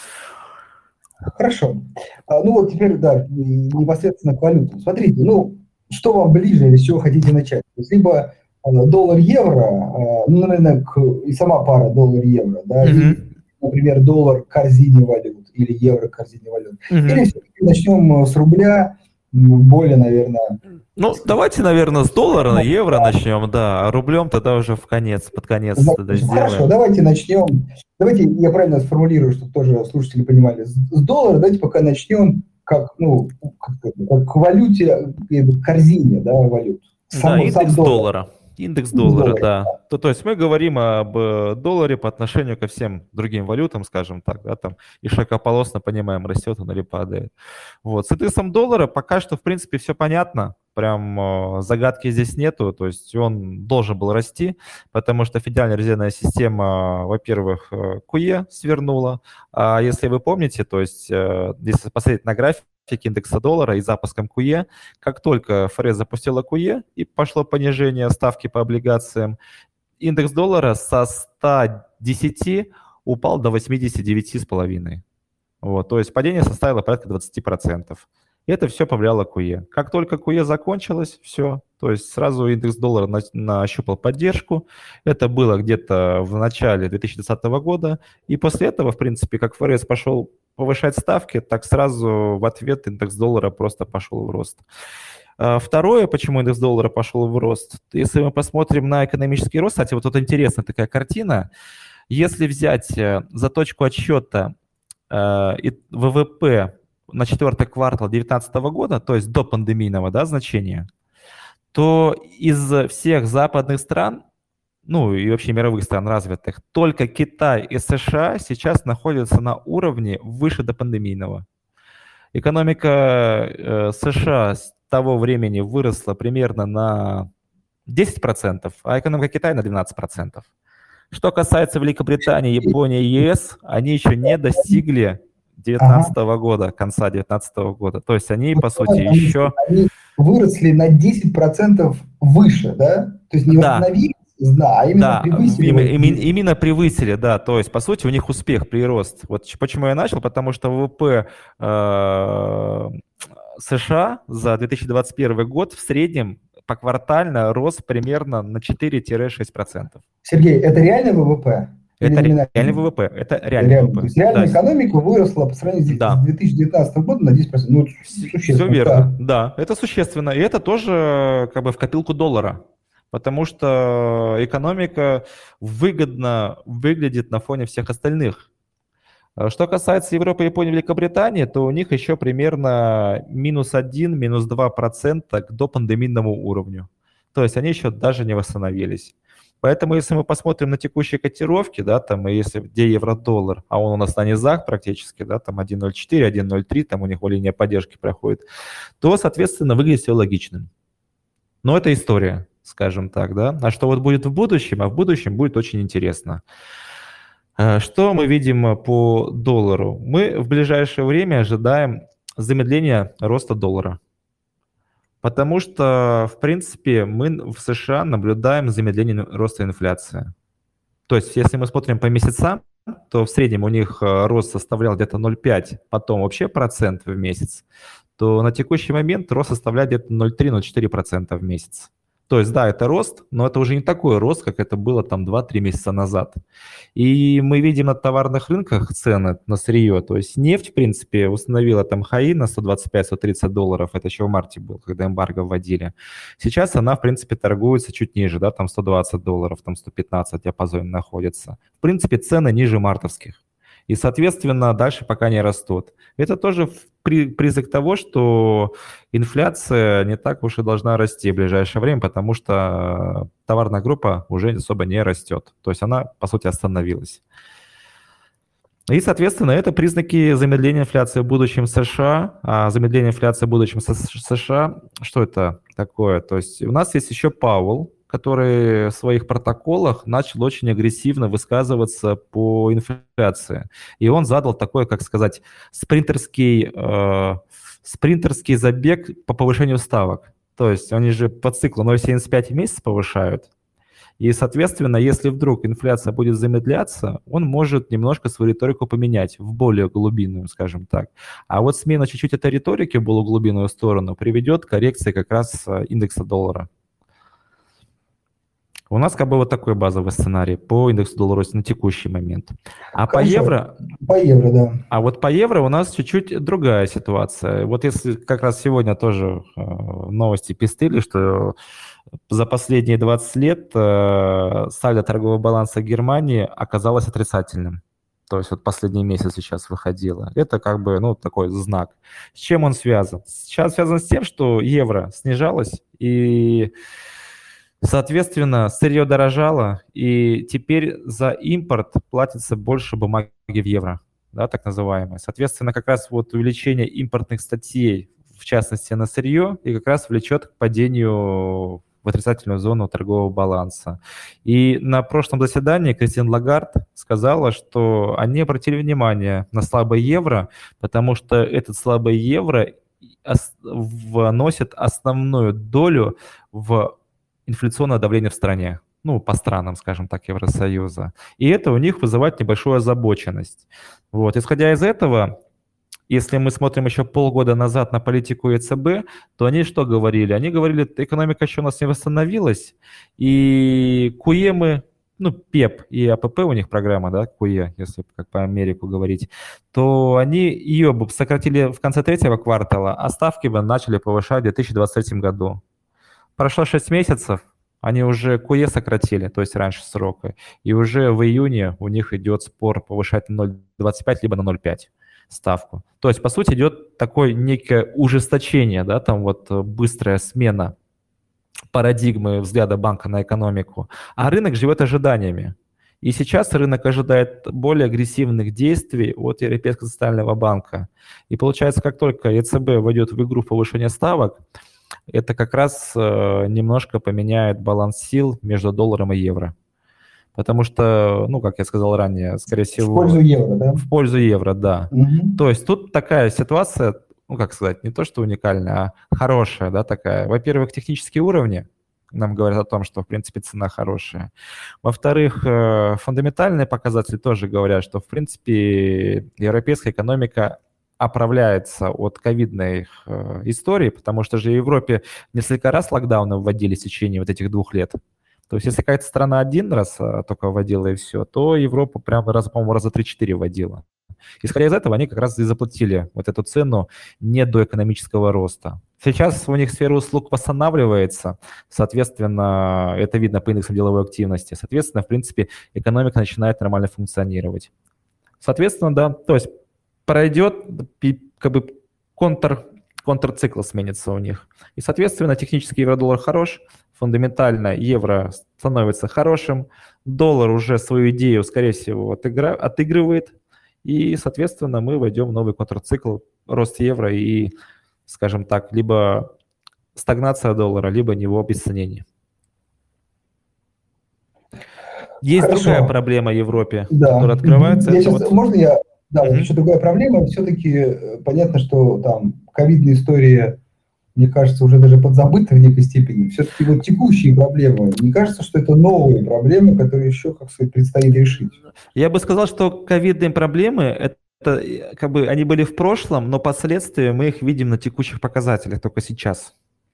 Хорошо. Ну вот теперь, да, непосредственно к валютам. Смотрите, ну, что вам ближе или с чего хотите начать? То есть либо доллар-евро, ну, наверное, и сама пара доллар-евро, да, или, например, доллар к корзине валют или евро к корзине валют. Или все-таки начнем с рубля, более, наверное... Ну, давайте, наверное, с доллара на евро начнем, да, а рублем тогда уже под конец тогда сделаем. Хорошо, давайте начнем. Давайте я правильно сформулирую, чтобы тоже слушатели понимали. С доллара давайте пока начнем как к валюте, к корзине, да, валют. Да, индекс доллара. Индекс Индекс доллара, доллара. да. То есть мы говорим об долларе по отношению ко всем другим валютам, скажем так, да, там и широкополосно понимаем, растет он или падает. Вот. С индексом доллара пока что, в принципе, все понятно. Прям загадки здесь нету, то есть он должен был расти, потому что Федеральная резервная система, во-первых, QE свернула, а если вы помните, то есть если посмотреть на график индекса доллара и запуском QE, как только ФРС запустила QE и пошло понижение ставки по облигациям, индекс доллара со 110 упал до 89,5. Вот, то есть падение составило порядка 20%. И это все повлияло QE. Как только QE закончилось, все, то есть сразу индекс доллара нащупал поддержку. Это было где-то в начале 2020 года. И после этого, в принципе, как ФРС пошел повышать ставки, так сразу в ответ индекс доллара просто пошел в рост. Второе, почему индекс доллара пошел в рост, если мы посмотрим на экономический рост, кстати, вот тут интересная такая картина. Если взять за точку отсчета ВВП на четвертый квартал 2019 года, то есть до пандемийного, да, значения, то из всех западных стран, ну и вообще мировых стран развитых, только Китай и США сейчас находятся на уровне выше допандемийного. Экономика США с того времени выросла примерно на 10%, а экономика Китая на 12%. Что касается Великобритании, Японии и ЕС, они еще не достигли 2019 года, конца 2019 года. То есть они, по сути, еще... Они выросли на 10% выше, да? То есть не восстановились, да, а именно превысили. Именно превысили, да. То есть, по сути, у них успех, прирост. Вот почему я начал, потому что ВВП США за 2021 год в среднем поквартально рос примерно на 4-6%. Сергей, это реальный ВВП? Это реальный ВВП. Это реальный ВВП. То есть реальная экономика выросла по сравнению с 2019 годом на 10%. Ну, существенно. Все верно. Да, это существенно. И это тоже как бы в копилку доллара. Потому что экономика выгодно выглядит на фоне всех остальных. Что касается Европы, Японии, Великобритании, то у них еще примерно -1, -2% к допандемийному уровню. То есть они еще даже не восстановились. Поэтому если мы посмотрим на текущие котировки, да, там, и если где евро-доллар, а он у нас на низах практически, да, там 1.04, 1.03, там у них линия поддержки проходит, то, соответственно, выглядит все логичным. Но это история, скажем так, да. А что вот будет в будущем? А в будущем будет очень интересно. Что мы видим по доллару? Мы в ближайшее время ожидаем замедления роста доллара. Потому что, в принципе, мы в США наблюдаем замедление роста инфляции. То есть, если мы смотрим по месяцам, то в среднем у них рост составлял где-то 0,5, потом вообще процент в месяц, то на текущий момент рост составляет где-то 0,3-0,4% в месяц. То есть, да, это рост, но это уже не такой рост, как это было там 2-3 месяца назад. И мы видим на товарных рынках цены на сырье. То есть нефть, в принципе, установила там хаи на $125-130. Это еще в марте было, когда эмбарго вводили. Сейчас она, в принципе, торгуется чуть ниже, да, там $120, там 115 диапазоне находится. В принципе, цены ниже мартовских. И, соответственно, дальше пока не растут. Это тоже признак того, что инфляция не так уж и должна расти в ближайшее время, потому что товарная группа уже особо не растет. То есть она, по сути, остановилась. И, соответственно, это признаки замедления инфляции в будущем США. А замедление инфляции в будущем США, что это такое? То есть у нас есть еще Пауэлл, который в своих протоколах начал очень агрессивно высказываться по инфляции. И он задал такой, как сказать, спринтерский забег по повышению ставок. То есть они же по циклу 0,75 в месяц повышают. И, соответственно, если вдруг инфляция будет замедляться, он может немножко свою риторику поменять в более глубинную, скажем так. А вот смена чуть-чуть этой риторики в более глубинную сторону приведет к коррекции как раз индекса доллара. У нас как бы вот такой базовый сценарий по индексу доллара на текущий момент. А по евро... По евро, да. А вот по евро у нас чуть-чуть другая ситуация. Вот если как раз сегодня тоже новости пестыли, что за последние 20 лет сальдо торгового баланса Германии оказалось отрицательным. То есть вот последний месяц сейчас выходило. Это как бы, ну, такой знак. С чем он связан? Сейчас связан с тем, что евро снижалось, и Соответственно, сырье дорожало, и теперь за импорт платится больше бумаги в евро, да, так называемое. Соответственно, как раз вот увеличение импортных статей, в частности на сырье, и как раз влечет к падению в отрицательную зону торгового баланса. И на прошлом заседании Кристин Лагард сказала, что они обратили внимание на слабый евро, потому что этот слабый евро вносит основную долю в инфляционное давление в стране, ну, по странам, скажем так, Евросоюза. И это у них вызывает небольшую озабоченность. Вот. Исходя из этого, если мы смотрим еще полгода назад на политику ЕЦБ, то они что говорили? Они говорили, экономика еще у нас не восстановилась, и КУЕ мы, ну, ПЕП и АПП у них программа, да, КУЕ, если как по Америку говорить, то они ее бы сократили в конце третьего квартала, а ставки бы начали повышать в 2023 году. Прошло 6 месяцев, они уже КУЕ сократили, то есть раньше срока, и уже в июне у них идет спор повышать на 0,25 либо на 0,5 ставку. То есть, по сути, идет такое некое ужесточение, да, там вот быстрая смена парадигмы взгляда банка на экономику, а рынок живет ожиданиями. И сейчас рынок ожидает более агрессивных действий от Европейского центрального банка. И получается, как только ЕЦБ войдет в игру повышения ставок, это как раз немножко поменяет баланс сил между долларом и евро. Потому что, ну, как я сказал ранее, скорее всего... В пользу евро, да? В пользу евро, да. Угу. То есть тут такая ситуация, ну, как сказать, не то что уникальная, а хорошая, да, такая. Во-первых, технические уровни нам говорят о том, что, в принципе, цена хорошая. Во-вторых, фундаментальные показатели тоже говорят, что, в принципе, европейская экономика оправляется от ковидной истории, потому что же в Европе несколько раз локдауны вводили в течение вот этих 2 лет. То есть если какая-то страна один раз только вводила и все, то Европа прямо, по-моему, раза 3-4 вводила. Исходя из этого, они как раз и заплатили вот эту цену не до экономического роста. Сейчас у них сфера услуг восстанавливается, соответственно, это видно по индексам деловой активности. Соответственно, в принципе, экономика начинает нормально функционировать. Соответственно, да, то есть пройдет, как бы контрцикл сменится у них. И, соответственно, технически евро-доллар хорош, фундаментально евро становится хорошим, доллар уже свою идею, скорее всего, отыгрывает, и, соответственно, мы войдем в новый контрцикл, рост евро и, скажем так, либо стагнация доллара, либо его обесценение. Есть Хорошо. другая проблема в Европе, да. которая открывается. Можно я... Да, вот еще другая проблема. Все-таки понятно, что там ковидная история, мне кажется, уже даже подзабыта в некой степени. Все-таки вот текущие проблемы, мне кажется, что это новые проблемы, которые еще, как сказать, предстоит решить. Я бы сказал, что ковидные проблемы, это как бы они были в прошлом, но последствия мы их видим на текущих показателях только сейчас.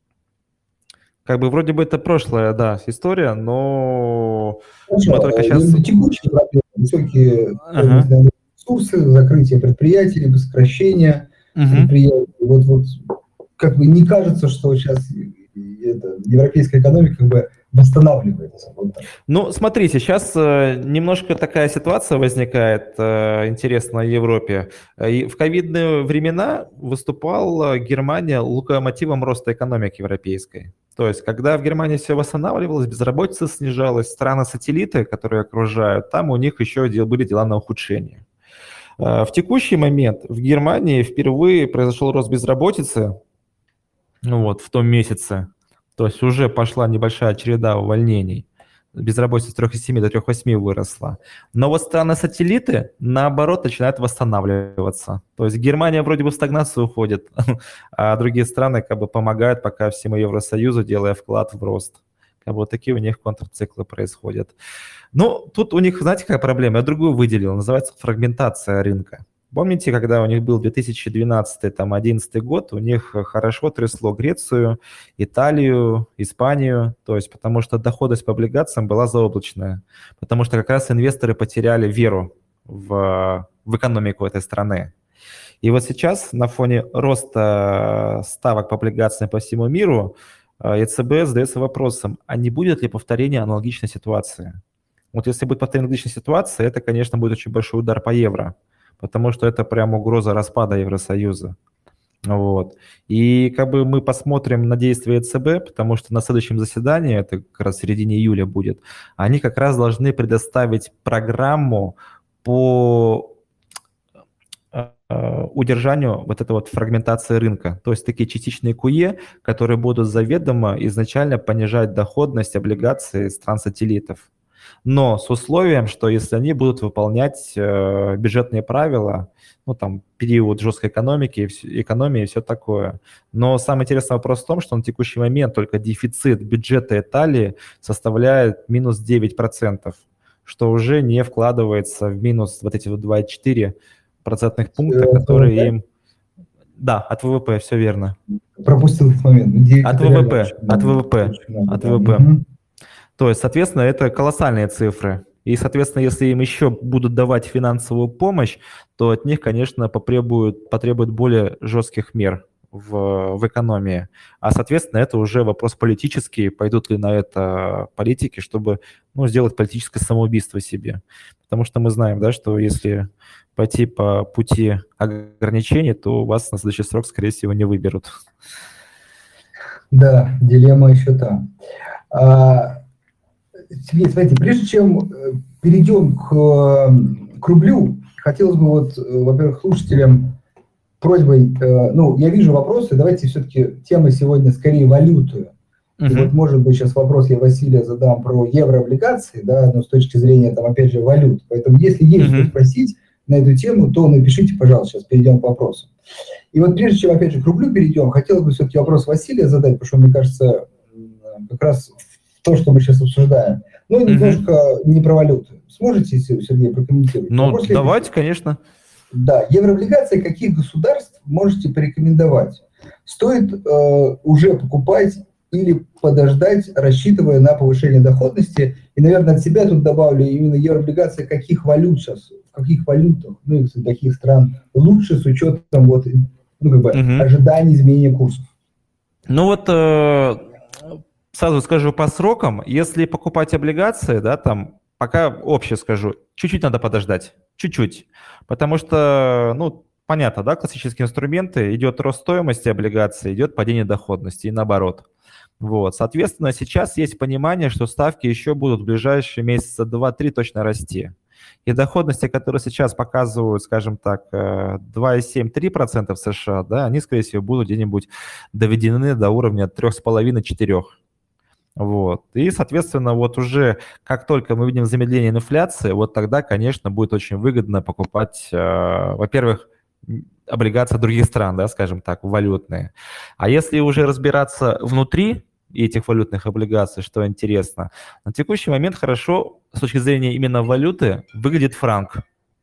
Как бы вроде бы это прошлая, да, история, но Хорошо, мы только сейчас... Текущие проблемы, высокие ресурсы, закрытие предприятий, либо сокращение предприятий. Вот как бы не кажется, что сейчас европейская экономика как бы восстанавливается. Вот так. Ну, смотрите, сейчас немножко такая ситуация возникает интересная в Европе. И в ковидные времена выступала Германия локомотивом роста экономики европейской. То есть, когда в Германии все восстанавливалось, безработица снижалась, страны-сателлиты, которые окружают, там у них еще были дела на ухудшение. В текущий момент в Германии впервые произошел рост безработицы, вот, в том месяце. То есть уже пошла небольшая череда увольнений. Безработица с 3,7 до 3,8 выросла. Но вот страны-сателлиты, наоборот, начинают восстанавливаться. То есть Германия вроде бы в стагнацию уходит, а другие страны как бы помогают пока всему Евросоюзу, делая вклад в рост. Как бы вот такие у них контрциклы происходят. Ну, тут у них, знаете, какая проблема? Я другую выделил, называется фрагментация рынка. Помните, когда у них был 2012-2011 год, у них хорошо трясло Грецию, Италию, Испанию, то есть потому что доходность по облигациям была заоблачная, потому что как раз инвесторы потеряли веру в экономику этой страны. И вот сейчас на фоне роста ставок по облигациям по всему миру ЕЦБ задается вопросом, а не будет ли повторения аналогичной ситуации? Вот если будет повторение аналогичной ситуации, это, конечно, будет очень большой удар по евро, потому что это прям угроза распада Евросоюза. Вот. И как бы мы посмотрим на действия ЕЦБ, потому что на следующем заседании, это как раз в середине июля будет, они как раз должны предоставить программу по удержанию вот этой вот фрагментации рынка. То есть такие частичные КУЕ, которые будут заведомо изначально понижать доходность облигаций стран-сателлитов. Но с условием, что если они будут выполнять бюджетные правила, ну там период жесткой экономики, экономии и все такое. Но самый интересный вопрос в том, что на текущий момент только дефицит бюджета Италии составляет минус 9%, что уже не вкладывается в минус вот эти вот 2,4 процентных пункта, которые им... Да, от ВВП, все верно. Пропустил этот момент. От ВВП. То есть, соответственно, это колоссальные цифры. И, соответственно, если им еще будут давать финансовую помощь, то от них, конечно, потребуют более жестких мер в экономии. А, соответственно, это уже вопрос политический, пойдут ли на это политики, чтобы сделать политическое самоубийство себе. Потому что мы знаем, да, что если пойти по пути ограничений, то вас на следующий срок, скорее всего, не выберут. Да, дилемма еще там. Сергей, смотрите, прежде чем перейдем к рублю, хотелось бы во-первых, слушателям просьбой, я вижу вопросы, давайте все-таки тема сегодня скорее валюты. И вот, может быть, сейчас вопрос я Василия задам про еврооблигации, да, но с точки зрения, там, опять же, валют. Поэтому, если есть что спросить на эту тему, то напишите, пожалуйста, сейчас перейдем к вопросу. И вот прежде чем, опять же, к рублю перейдем, хотелось бы все-таки вопрос Василия задать, потому что, мне кажется, как раз то, что мы сейчас обсуждаем. Немножко не про валюту. Сможете, Сергей, прокомментировать? Давайте, конечно. Да, еврооблигации каких государств можете порекомендовать? Стоит уже покупать или подождать, рассчитывая на повышение доходности? И, наверное, от себя тут добавлю именно еврооблигации каких валют сейчас, в каких валютах, каких стран лучше с учетом ожиданий изменения курсов? Сразу скажу по срокам. Если покупать облигации, да, там, пока общее скажу, чуть-чуть надо подождать. Чуть-чуть. Потому что, понятно, да, классические инструменты, идет рост стоимости облигаций, идет падение доходности и наоборот. Вот. Соответственно, сейчас есть понимание, что ставки еще будут в ближайшие месяца 2-3 точно расти. И доходности, которые сейчас показывают, скажем так, 2,7-3% в США, да, они, скорее всего, будут где-нибудь доведены до уровня 3,5-4%. Вот. И, соответственно, уже как только мы видим замедление инфляции, тогда, конечно, будет очень выгодно покупать, во-первых, облигации других стран, да, скажем так, валютные. А если уже разбираться внутри этих валютных облигаций, что интересно, на текущий момент хорошо с точки зрения именно валюты выглядит франк.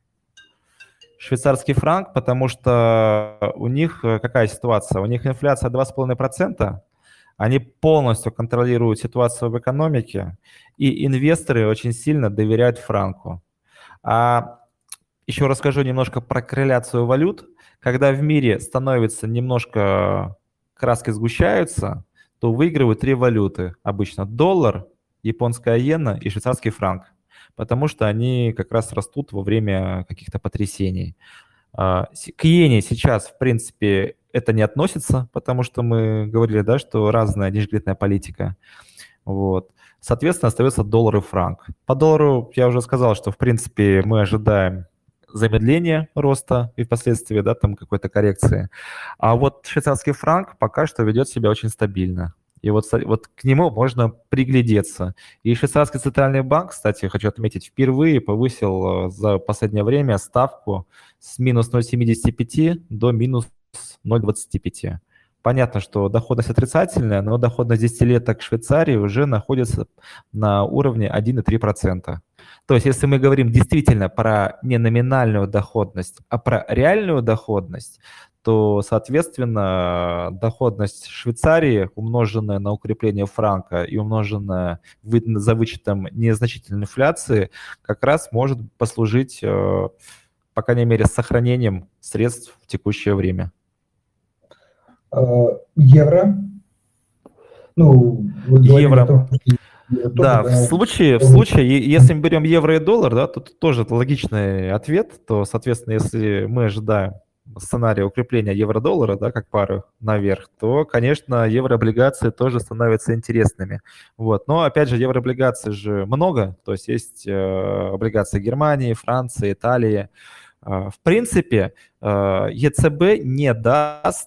Швейцарский франк, потому что у них какая ситуация? У них инфляция 2,5%, они полностью контролируют ситуацию в экономике, и инвесторы очень сильно доверяют франку. А еще расскажу немножко про корреляцию валют. Когда в мире становится немножко краски сгущаются, то выигрывают 3 валюты обычно. Доллар, японская иена и швейцарский франк. Потому что они как раз растут во время каких-то потрясений. К иене сейчас, в принципе, это не относится, потому что мы говорили, да, что разная денежно-кредитная политика. Вот. Соответственно, остается доллар и франк. По доллару я уже сказал, что, в принципе, мы ожидаем замедления роста и впоследствии, да, там какой-то коррекции. А вот швейцарский франк пока что ведет себя очень стабильно. И вот к нему можно приглядеться. И швейцарский центральный банк, кстати, хочу отметить, впервые повысил за последнее время ставку с минус 0,75 до минус 0,25. Понятно, что доходность отрицательная, но доходность десятилеток Швейцарии уже находится на уровне 1,3%. То есть если мы говорим действительно про не номинальную доходность, а про реальную доходность, то, соответственно, доходность Швейцарии, умноженная на укрепление франка и умноженная за вычетом незначительной инфляции, как раз может послужить, по крайней мере, сохранением средств в текущее время. Евро? Евро. Да, в случае, если мы берем евро и доллар, да, то тоже это логичный ответ, то, соответственно, если мы ожидаем сценария укрепления евро-доллара, да, как пары наверх, то, конечно, еврооблигации тоже становятся интересными. Вот. Но, опять же, еврооблигаций же много, то есть есть облигации Германии, Франции, Италии. В принципе, ЕЦБ не даст,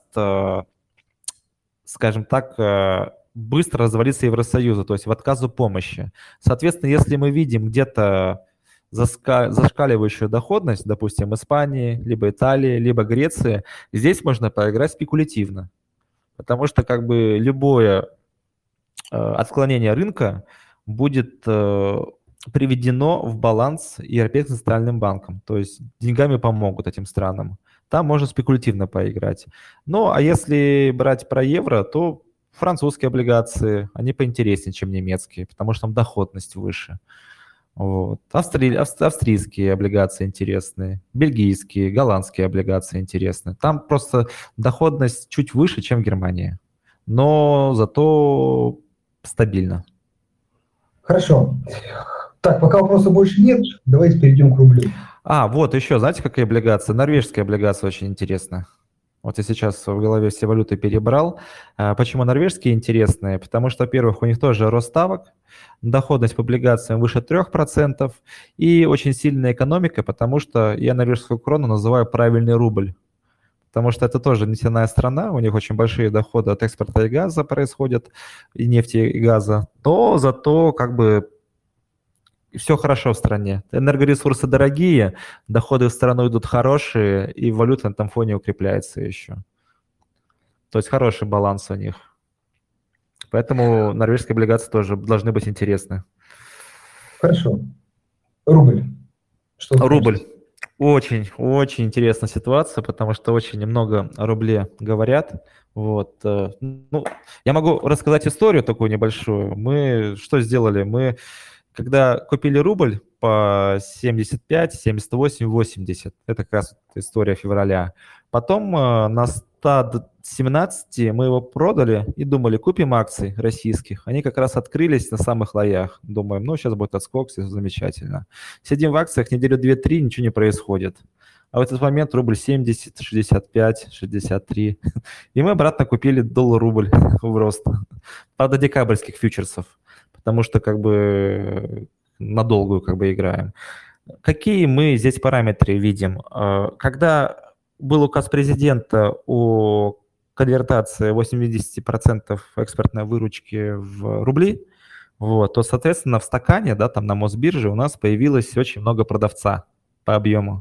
скажем так, быстро развалиться Евросоюзу, то есть в отказу помощи. Соответственно, если мы видим где-то зашкаливающую доходность, допустим, Испании, либо Италии, либо Греции, здесь можно поиграть спекулятивно, потому что как бы любое отклонение рынка будет приведено в баланс Европейским центральным банком, то есть деньгами помогут этим странам. Там можно спекулятивно поиграть. Ну, а если брать про евро, то французские облигации, они поинтереснее, чем немецкие, потому что там доходность выше. Вот. Австрийские облигации интересные, бельгийские, голландские облигации интересны. Там просто доходность чуть выше, чем в Германии, но зато стабильно. Хорошо. Так, пока вопросов больше нет, давайте перейдем к рублю. Вот еще, знаете, какая облигация? Норвежская облигация очень интересная. Вот я сейчас в голове все валюты перебрал. Почему норвежские интересные? Потому что, во-первых, у них тоже рост ставок, доходность по облигациям выше 3% и очень сильная экономика, потому что я норвежскую крону называю правильный рубль. Потому что это тоже нефтяная страна, у них очень большие доходы от экспорта и газа происходят, и нефти, и газа, но зато как бы все хорошо в стране. Энергоресурсы дорогие, доходы в страну идут хорошие, и валюта на этом фоне укрепляется еще. То есть хороший баланс у них. Поэтому норвежские облигации тоже должны быть интересны. Хорошо. Рубль. Что рубль. Очень интересная ситуация, потому что очень много о рубле говорят. Вот. Ну, я могу рассказать историю такую небольшую. Мы что сделали? Мы, когда купили рубль по 75, 78, 80, это как раз история февраля, потом на 117 мы его продали и думали, купим акций российских. Они как раз открылись на самых лоях. Думаем, ну, сейчас будет отскок, все замечательно. Сидим в акциях, неделю 2-3, ничего не происходит. А в этот момент рубль 70, 65, 63. И мы обратно купили доллар-рубль в рост. Правда, декабрьских фьючерсов, потому что как бы на долгую как бы играем. Какие мы здесь параметры видим? Когда был указ президента о конвертации 80% экспортной выручки в рубли, вот, то, соответственно, в стакане, да, там на Мосбирже у нас появилось очень много продавца по объему.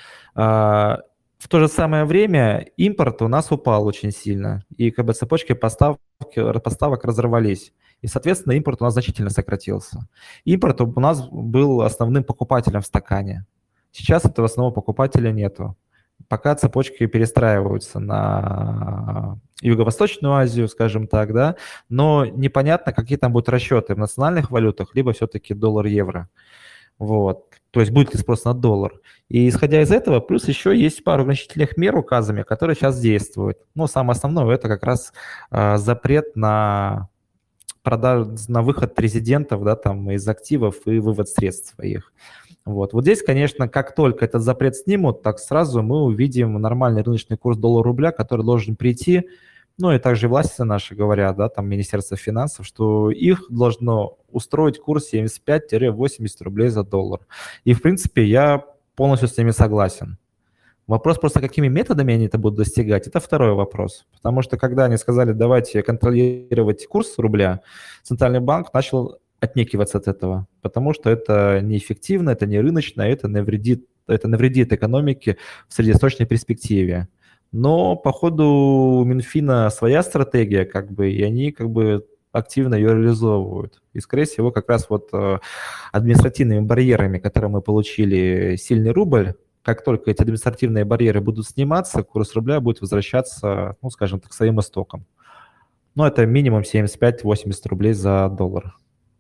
В то же самое время импорт у нас упал очень сильно, и как бы цепочки поставок разорвались. И, соответственно, импорт у нас значительно сократился. Импорт у нас был основным покупателем в стакане. Сейчас этого основного покупателя нету. Пока цепочки перестраиваются на Юго-Восточную Азию, скажем так, да, но непонятно, какие там будут расчеты в национальных валютах, либо все-таки доллар-евро. Вот. То есть будет ли спрос на доллар. И исходя из этого, плюс еще есть пару ограничительных мер указами, которые сейчас действуют. Но самое основное – это как раз запрет на на выход резидентов, да, там, из активов и вывод средств своих. Вот здесь, конечно, как только этот запрет снимут, так сразу мы увидим нормальный рыночный курс доллара-рубля, который должен прийти. Ну и также власти наши говорят, да, там Министерство финансов, что их должно устроить курс 75-80 рублей за доллар. И, в принципе, я полностью с ними согласен. Вопрос просто, какими методами они это будут достигать, это второй вопрос. Потому что когда они сказали, давайте контролировать курс рубля, Центральный банк начал отнекиваться от этого, потому что это неэффективно, это не рыночно, это навредит экономике в среднесрочной перспективе. Но по ходу у Минфина своя стратегия, как бы, и они как бы активно ее реализовывают. И, скорее всего, как раз вот административными барьерами, которые мы получили сильный рубль, как только эти административные барьеры будут сниматься, курс рубля будет возвращаться, ну, скажем так, к своим истокам. Ну, это минимум 75-80 рублей за доллар.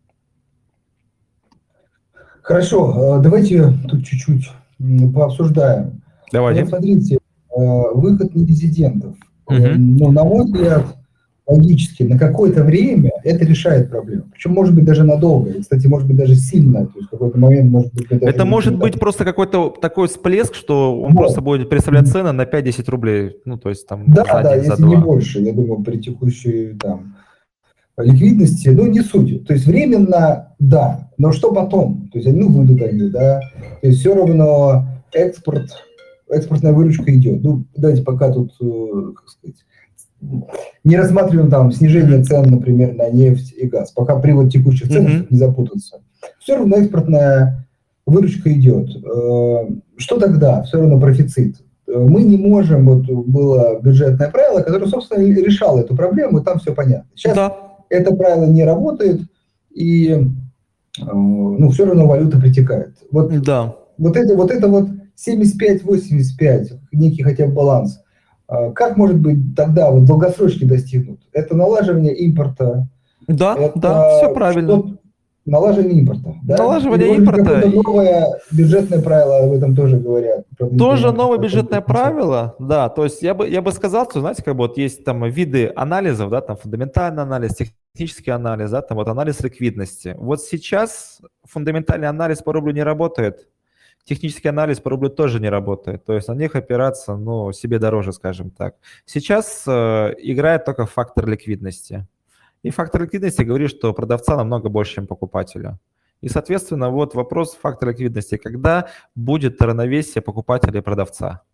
Хорошо, давайте тут чуть-чуть пообсуждаем. Давайте. Вот смотрите, выход нерезидентов. Ну, на мой взгляд, логически на какое-то время это решает проблему. Причем, может быть, даже надолго. И, кстати, может быть, даже сильно. То есть в какой-то момент, может быть, даже Это может быть просто какой-то такой всплеск, что он просто будет представлять цены на 5-10 рублей. Ну, то есть там да, за да, день, за если не два. больше, я думаю, при текущей там ликвидности, ну, не суть. То есть временно, да, но что потом? То есть, ну, выйдут они, да. То есть все равно экспортная выручка идет. Ну, давайте пока тут, как сказать, не рассматриваем там снижение цен, например, на нефть и газ. Пока привод текущих цен, чтобы не запутаться. Все равно экспортная выручка идет. Что тогда? Все равно профицит. Мы не можем, вот было бюджетное правило, которое, собственно, решало эту проблему, и там все понятно. Сейчас это правило не работает, и ну, все равно валюта притекает. Вот это 75-85, некий хотя бы баланс. Как, может быть, тогда вот долгосрочки достигнут? Это налаживание импорта. Да, все правильно. Налаживание импорта. Да? Налаживание импорта. Какое-то новое бюджетное правило об этом тоже говорят. Тоже новое бюджетное правило, да. То есть я бы сказал, что, знаете, как бы вот есть там виды анализов, да, там фундаментальный анализ, технический анализ, да, там вот анализ ликвидности. Вот сейчас фундаментальный анализ по рублю не работает. Технический анализ по рублю тоже не работает. То есть на них опираться, ну, себе дороже, скажем так. Сейчас играет только фактор ликвидности. И фактор ликвидности говорит, что продавца намного больше, чем покупателя. И, соответственно, вот вопрос фактора ликвидности. Когда будет равновесие покупателя и продавца?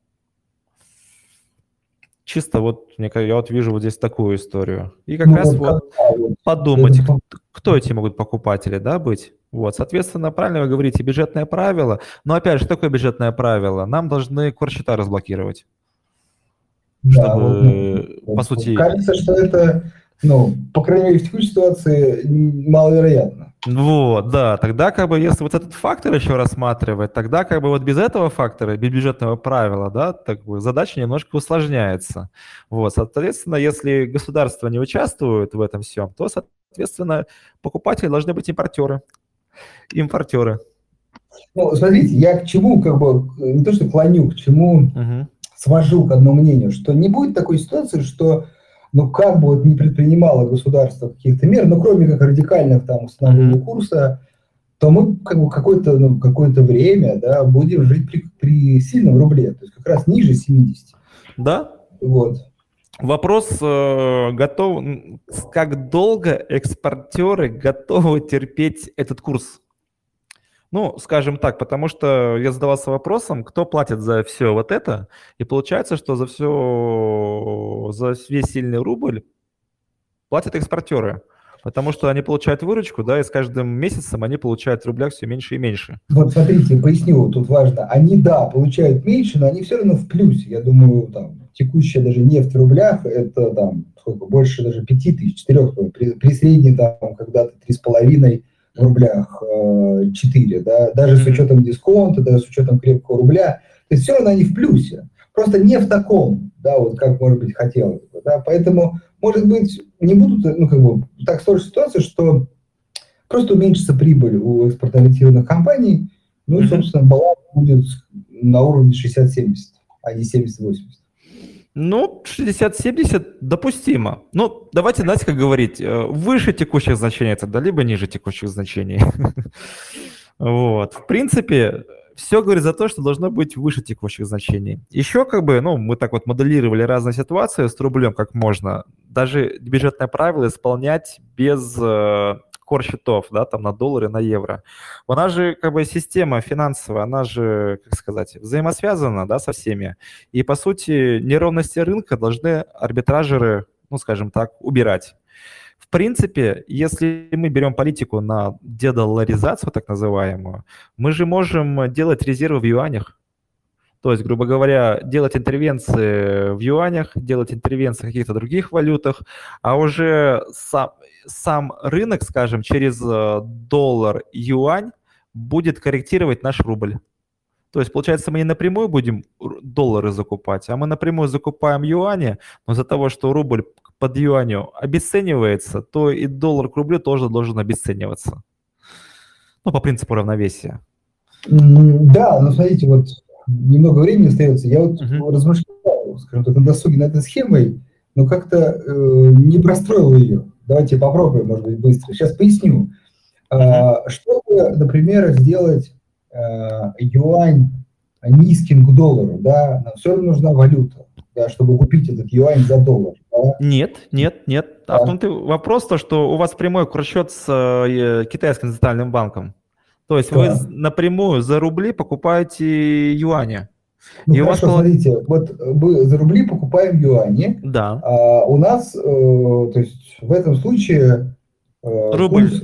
Чисто вот, я вот вижу вот здесь такую историю. И как раз вот подумать, кто эти могут покупатели, да, быть. Вот, соответственно, правильно вы говорите, бюджетное правило. Но опять же, что такое бюджетное правило? Нам должны корсчета разблокировать. Да, чтобы, по сути... Кажется, что это, ну, по крайней мере, в текущей ситуации маловероятно. Вот, да, тогда как бы, если вот этот фактор еще рассматривать, тогда как бы вот без этого фактора, без бюджетного правила, да, так бы задача немножко усложняется. Вот, соответственно, если государство не участвует в этом всем, то, соответственно, покупатели должны быть импортеры. Ну, смотрите, я к чему, как бы, не то что клоню, к чему свожу к одному мнению, что не будет такой ситуации, что, ну, как бы вот не предпринимало государство каких-то мер, ну, кроме как радикальных там установления курса, то мы как бы какое-то время, да, будем жить при сильном рубле, то есть как раз ниже 70. Да. Вот. Вопрос, как долго экспортеры готовы терпеть этот курс? Ну, скажем так, потому что я задавался вопросом, кто платит за все вот это, и получается, что за весь сильный рубль платят экспортеры, потому что они получают выручку, да, и с каждым месяцем они получают в рублях все меньше и меньше. Вот смотрите, поясню, тут важно. Они, да, получают меньше, но они все равно в плюсе. Я думаю, там, текущая даже нефть в рублях, это там, сколько, больше даже 5000, 4, при средней там когда-то 3,5 в рублях 4, да, даже с учетом дисконта, даже с учетом крепкого рубля, то есть все равно они в плюсе, просто не в таком, да, вот как, может быть, хотелось бы, да, поэтому, может быть, не будут, ну, как бы, так сложится ситуация, что просто уменьшится прибыль у экспортно-ориентированных компаний, ну, и, собственно, баланс будет на уровне 60-70, а не 70-80. Ну, 60-70 допустимо. Ну, давайте, знаете, как говорить, выше текущих значений тогда, либо ниже текущих значений. Вот. В принципе, все говорит за то, что должно быть выше текущих значений. Еще как бы, ну, мы так вот моделировали разные ситуации с рублем, как можно. Даже бюджетное правило исполнять без корсчетов, да, там на доллары, на евро. Она же, как бы, система финансовая, она же, как сказать, взаимосвязана, да, со всеми. И, по сути, неровности рынка должны арбитражеры, ну, скажем так, убирать. В принципе, если мы берем политику на дедолларизацию, так называемую, мы же можем делать резервы в юанях. То есть, грубо говоря, делать интервенции в юанях, делать интервенции в каких-то других валютах, а уже сам рынок, скажем, через доллар-юань будет корректировать наш рубль. То есть, получается, мы не напрямую будем доллары закупать, а мы напрямую закупаем юани, но из-за того, что рубль под юанью обесценивается, то и доллар к рублю тоже должен обесцениваться. Ну, по принципу равновесия. Да, но смотрите, вот немного времени остается. Я вот размышлял, скажем так, на досуге над этой схемой, но как-то не простроил ее. Давайте попробуем, может быть, быстро. Сейчас поясню. Чтобы, например, сделать юань низким к доллару, да, нам все равно нужна валюта, да, чтобы купить этот юань за доллар. Да? Нет. Да. А в том-то вопрос, то, что у вас прямой курсчет с Китайским центральным банком. То есть вы напрямую за рубли покупаете юани. Ну и хорошо, смотрите, вот мы за рубли покупаем юани. Да. У нас, то есть в этом случае курс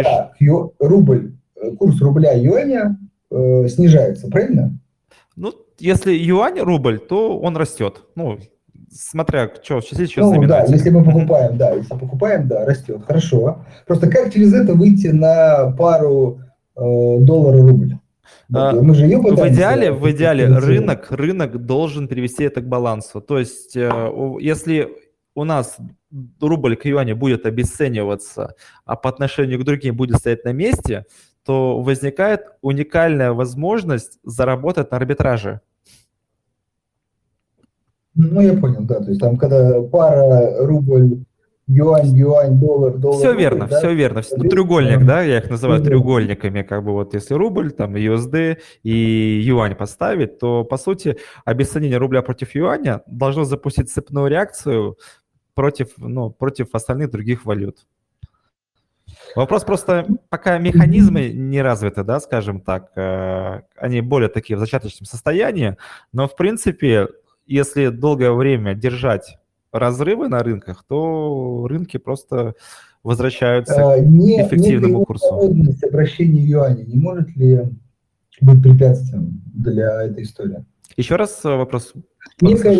рубля юаня снижается, правильно? Ну, если юань рубль, то он растет. Ну, смотря что знаменатель. Ну да, если мы покупаем, да, растет. Хорошо. Просто как через это выйти на пару доллар-рубль? Мы же ее пытаемся... В идеале рынок должен привести это к балансу. То есть, если у нас рубль к юаню будет обесцениваться, а по отношению к другим будет стоять на месте, то возникает уникальная возможность заработать на арбитраже. Ну, я понял, да. То есть там, когда пара рубль, юань, доллар, все верно, да? Все верно. Ну, треугольник, да, я их называю треугольниками. Как бы вот если рубль, там USD и юань поставить, то, по сути, обесценение рубля против юаня должно запустить цепную реакцию против остальных других валют. Вопрос просто, пока механизмы не развиты, да, скажем так, они более такие в зачаточном состоянии, но, в принципе, если долгое время держать разрывы на рынках, то рынки просто возвращаются к эффективному курсу. Некая обращение юаня не может ли быть препятствием для этой истории? Еще раз вопрос. Некая,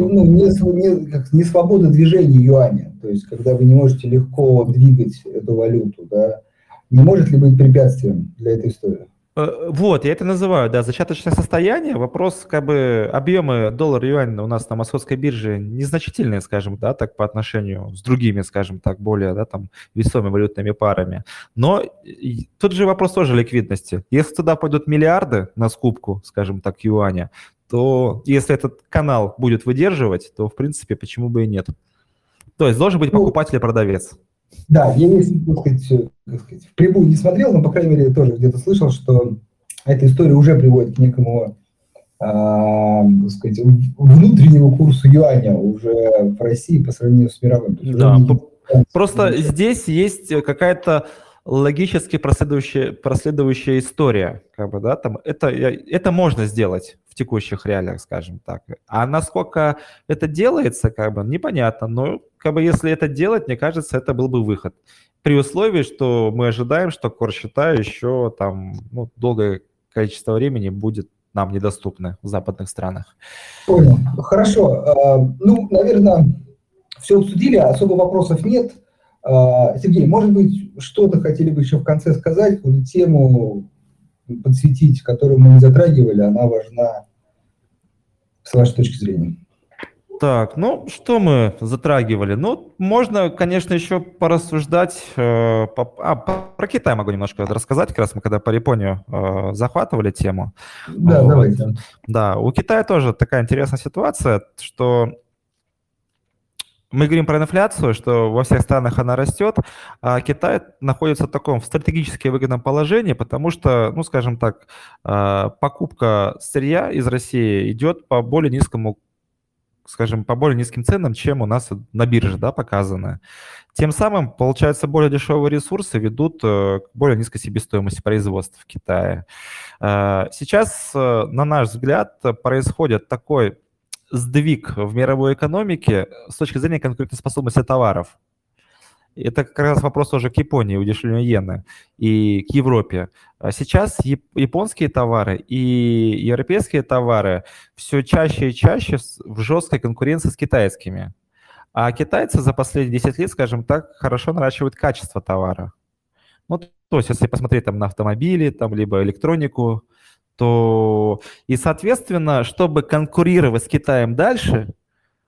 не свобода движения юаня, то есть когда вы не можете легко двигать эту валюту, да, не может ли быть препятствием для этой истории? Вот, я это называю, да, зачаточное состояние. Вопрос, как бы, объемы доллар-юань у нас на московской бирже незначительные, скажем, да, так по отношению с другими, скажем так, более, да, там, весомыми валютными парами. Но тут же вопрос тоже ликвидности. Если туда пойдут миллиарды на скупку, скажем так, юаня, то если этот канал будет выдерживать, то, в принципе, почему бы и нет. То есть должен быть покупатель и продавец. Да, я, так сказать, впрямую не смотрел, но, по крайней мере, тоже где-то слышал, что эта история уже приводит к некому, так сказать, внутреннему курсу юаня уже в России по сравнению с мировым. Да, просто здесь есть какая-то логически проследующая история, как бы, да, там это можно сделать в текущих реалиях, скажем так. А насколько это делается, как бы, непонятно. Но, как бы, если это делать, мне кажется, это был бы выход. При условии, что мы ожидаем, что курс-счета еще там, долгое количество времени будет нам недоступны в западных странах. Понял. Хорошо. Наверное, все обсудили, особо вопросов нет. Сергей, может быть, что-то хотели бы еще в конце сказать, какую-то тему подсветить, которую мы не затрагивали, она важна с вашей точки зрения. Так, что мы затрагивали? Можно, конечно, еще порассуждать. Про Китай могу немножко рассказать, как раз мы когда по Японию захватывали тему. Да, давайте. Да, у Китая тоже такая интересная ситуация, что мы говорим про инфляцию, что во всех странах она растет, а Китай находится в таком стратегически выгодном положении, потому что, скажем так, покупка сырья из России идет по более низким ценам, чем у нас на бирже, да, показано. Тем самым, получается, более дешевые ресурсы ведут к более низкой себестоимости производства в Китае. Сейчас, на наш взгляд, происходит такой сдвиг в мировой экономике с точки зрения конкурентоспособности товаров. Это как раз вопрос тоже к Японии, удешевлению иены, и к Европе. Сейчас японские товары и европейские товары все чаще и чаще в жесткой конкуренции с китайскими. А китайцы за последние 10 лет, скажем так, хорошо наращивают качество товара. То есть, если посмотреть там на автомобили, там, либо электронику, то и, соответственно, чтобы конкурировать с Китаем дальше,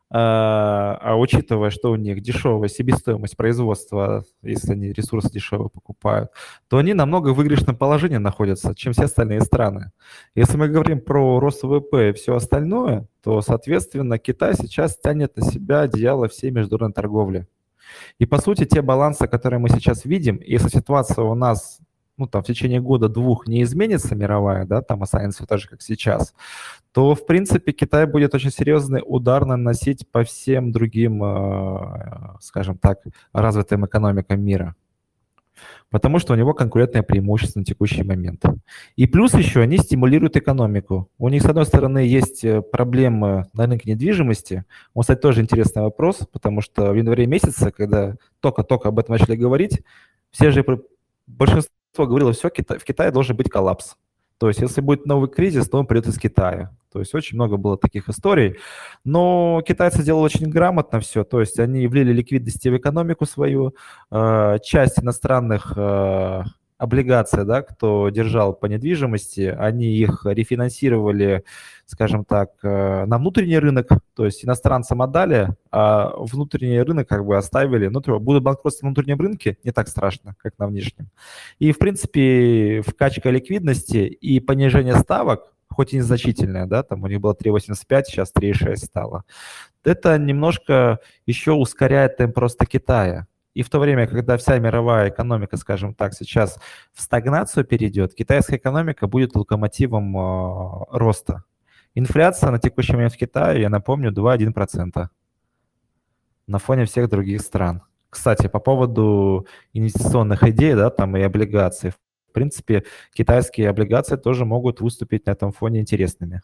а учитывая, что у них дешевая себестоимость производства, если они ресурсы дешево покупают, то они намного в выигрышном положении находятся, чем все остальные страны. Если мы говорим про рост ВВП и все остальное, то, соответственно, Китай сейчас тянет на себя одеяло всей международной торговли. И, по сути, те балансы, которые мы сейчас видим, если ситуация у нас в течение года-двух не изменится мировая, да, там останется так же, как сейчас, то, в принципе, Китай будет очень серьезный удар наносить по всем другим, скажем так, развитым экономикам мира. Потому что у него конкурентное преимущество на текущий момент. И плюс еще они стимулируют экономику. У них, с одной стороны, есть проблемы на рынке недвижимости. Вот, кстати, тоже интересный вопрос, потому что в январе месяце, когда только-только об этом начали говорить, большинство говорило, все, в Китае должен быть коллапс. То есть, если будет новый кризис, то он придет из Китая. То есть, очень много было таких историй. Но китайцы делали очень грамотно все. То есть, они влили ликвидности в экономику свою. Часть иностранных облигаций, да, кто держал по недвижимости, они их рефинансировали, скажем так, на внутренний рынок, то есть иностранцам отдали, а внутренний рынок как бы оставили. Будут банкротства на внутреннем рынке, не так страшно, как на внешнем. И, в принципе, вкачка ликвидности и понижение ставок, хоть и незначительное, да, там у них было 3,85, сейчас 3,6 стало, это немножко еще ускоряет темп роста Китая. И в то время, когда вся мировая экономика, скажем так, сейчас в стагнацию перейдет, китайская экономика будет локомотивом роста. Инфляция на текущий момент в Китае, я напомню, 2,1% на фоне всех других стран. Кстати, по поводу инвестиционных идей, да, там и облигаций, в принципе, китайские облигации тоже могут выступить на этом фоне интересными.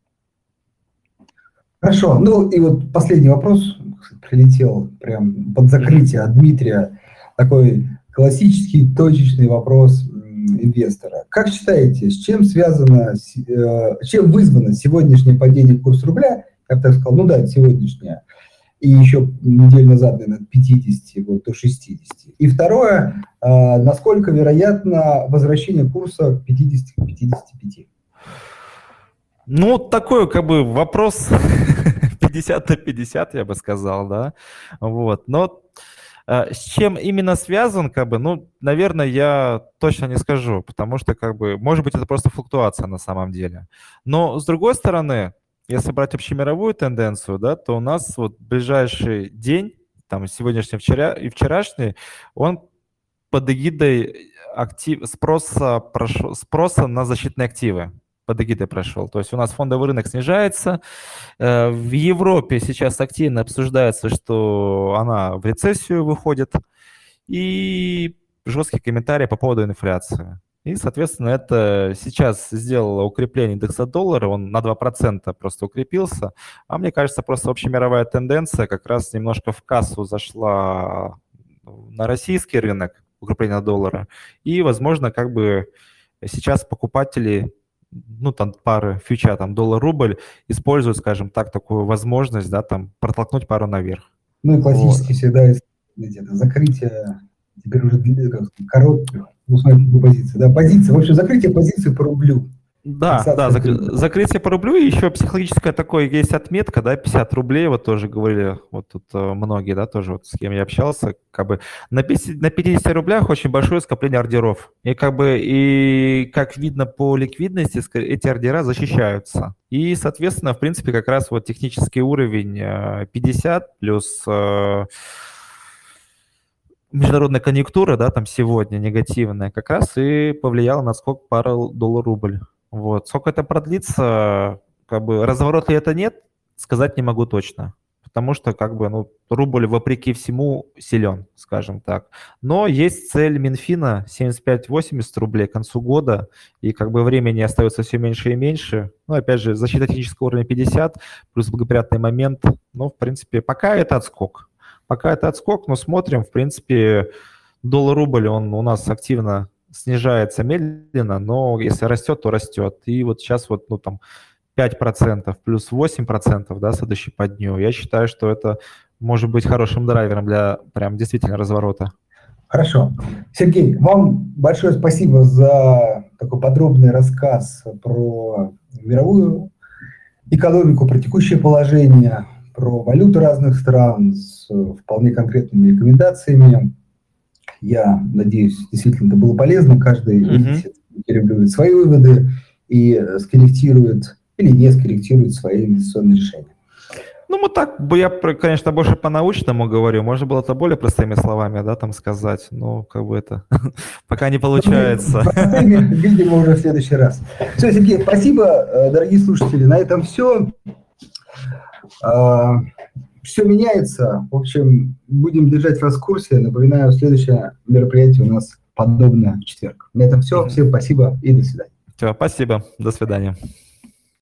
Хорошо. Ну и вот последний вопрос прилетел прям под закрытие от Дмитрия. Такой классический точечный вопрос инвестора. Как считаете, с чем связано, чем вызвано сегодняшнее падение курса рубля? Я бы так сказал, ну да, сегодняшнее. И еще неделю назад, наверное, от 50 вот, до 60. И второе, насколько вероятно возвращение курса к 50 к 55? Ну, такой как бы вопрос 50 на 50, я бы сказал, да. Вот. Но с чем именно связан, как бы, ну, наверное, я точно не скажу, потому что, как бы, может быть, это просто флуктуация на самом деле. Но, с другой стороны, если брать общемировую тенденцию, да, то у нас вот ближайший день, там, сегодняшний, вчера и вчерашний, он под эгидой спроса на защитные активы. Под эгидой прошел. То есть у нас фондовый рынок снижается. В Европе сейчас активно обсуждается, что она в рецессию выходит. И жесткие комментарии по поводу инфляции. И, соответственно, это сейчас сделало укрепление индекса доллара, он на 2% просто укрепился. А мне кажется, просто общемировая тенденция как раз немножко в кассу зашла на российский рынок, укрепление доллара. И, возможно, как бы сейчас покупатели, ну, там, пары фьюча, там, доллар-рубль, используют, скажем так, такую возможность, да, там, протолкнуть пару наверх. Ну, и классически всегда это закрытие, теперь уже коротких, ну, смотрите, позиции, да, позиции, в общем, закрытие позиции по рублю. Да, да, закрытие по рублю, и еще психологическая такое есть отметка, да, 50 рублей, вот тоже говорили, вот тут многие, да, тоже вот с кем я общался, как бы на 50 рублях очень большое скопление ордеров, и как бы, и как видно по ликвидности, эти ордера защищаются, и, соответственно, в принципе, как раз вот технический уровень 50 плюс международная конъюнктура, да, там сегодня негативная, как раз и повлияла на скок пары доллар-рубль. Вот. Сколько это продлится, как бы разворот ли это нет, сказать не могу точно. Потому что, как бы, ну, рубль вопреки всему силен, скажем так. Но есть цель Минфина 75-80 рублей к концу года, и как бы времени остается все меньше и меньше. Ну, опять же, защита технического уровня 50, плюс благоприятный момент. Ну, в принципе, пока это отскок. Но смотрим, в принципе, доллар-рубль, он у нас активно снижается медленно, но если растет, то растет. И вот сейчас вот, ну, там 5% плюс 8%, да, следующий по дню, я считаю, что это может быть хорошим драйвером для прям действительно разворота. Хорошо. Сергей, вам большое спасибо за такой подробный рассказ про мировую экономику, про текущее положение. про валюты разных стран с вполне конкретными рекомендациями. Я надеюсь, действительно это было полезно. Каждый корректирует свои выводы и скорректирует или не скорректирует свои инвестиционные решения. Ну, вот так, я, конечно, больше по-научному говорю, можно было это более простыми словами, да, там сказать, но как бы это пока не получается. Простыми, видимо, уже в следующий раз. Все, Сергей, спасибо, дорогие слушатели, на этом все. Все меняется, в общем, будем держать вас в курсе. Напоминаю, следующее мероприятие у нас подобное в четверг. На этом все, всем спасибо и до свидания. Все, спасибо, до свидания.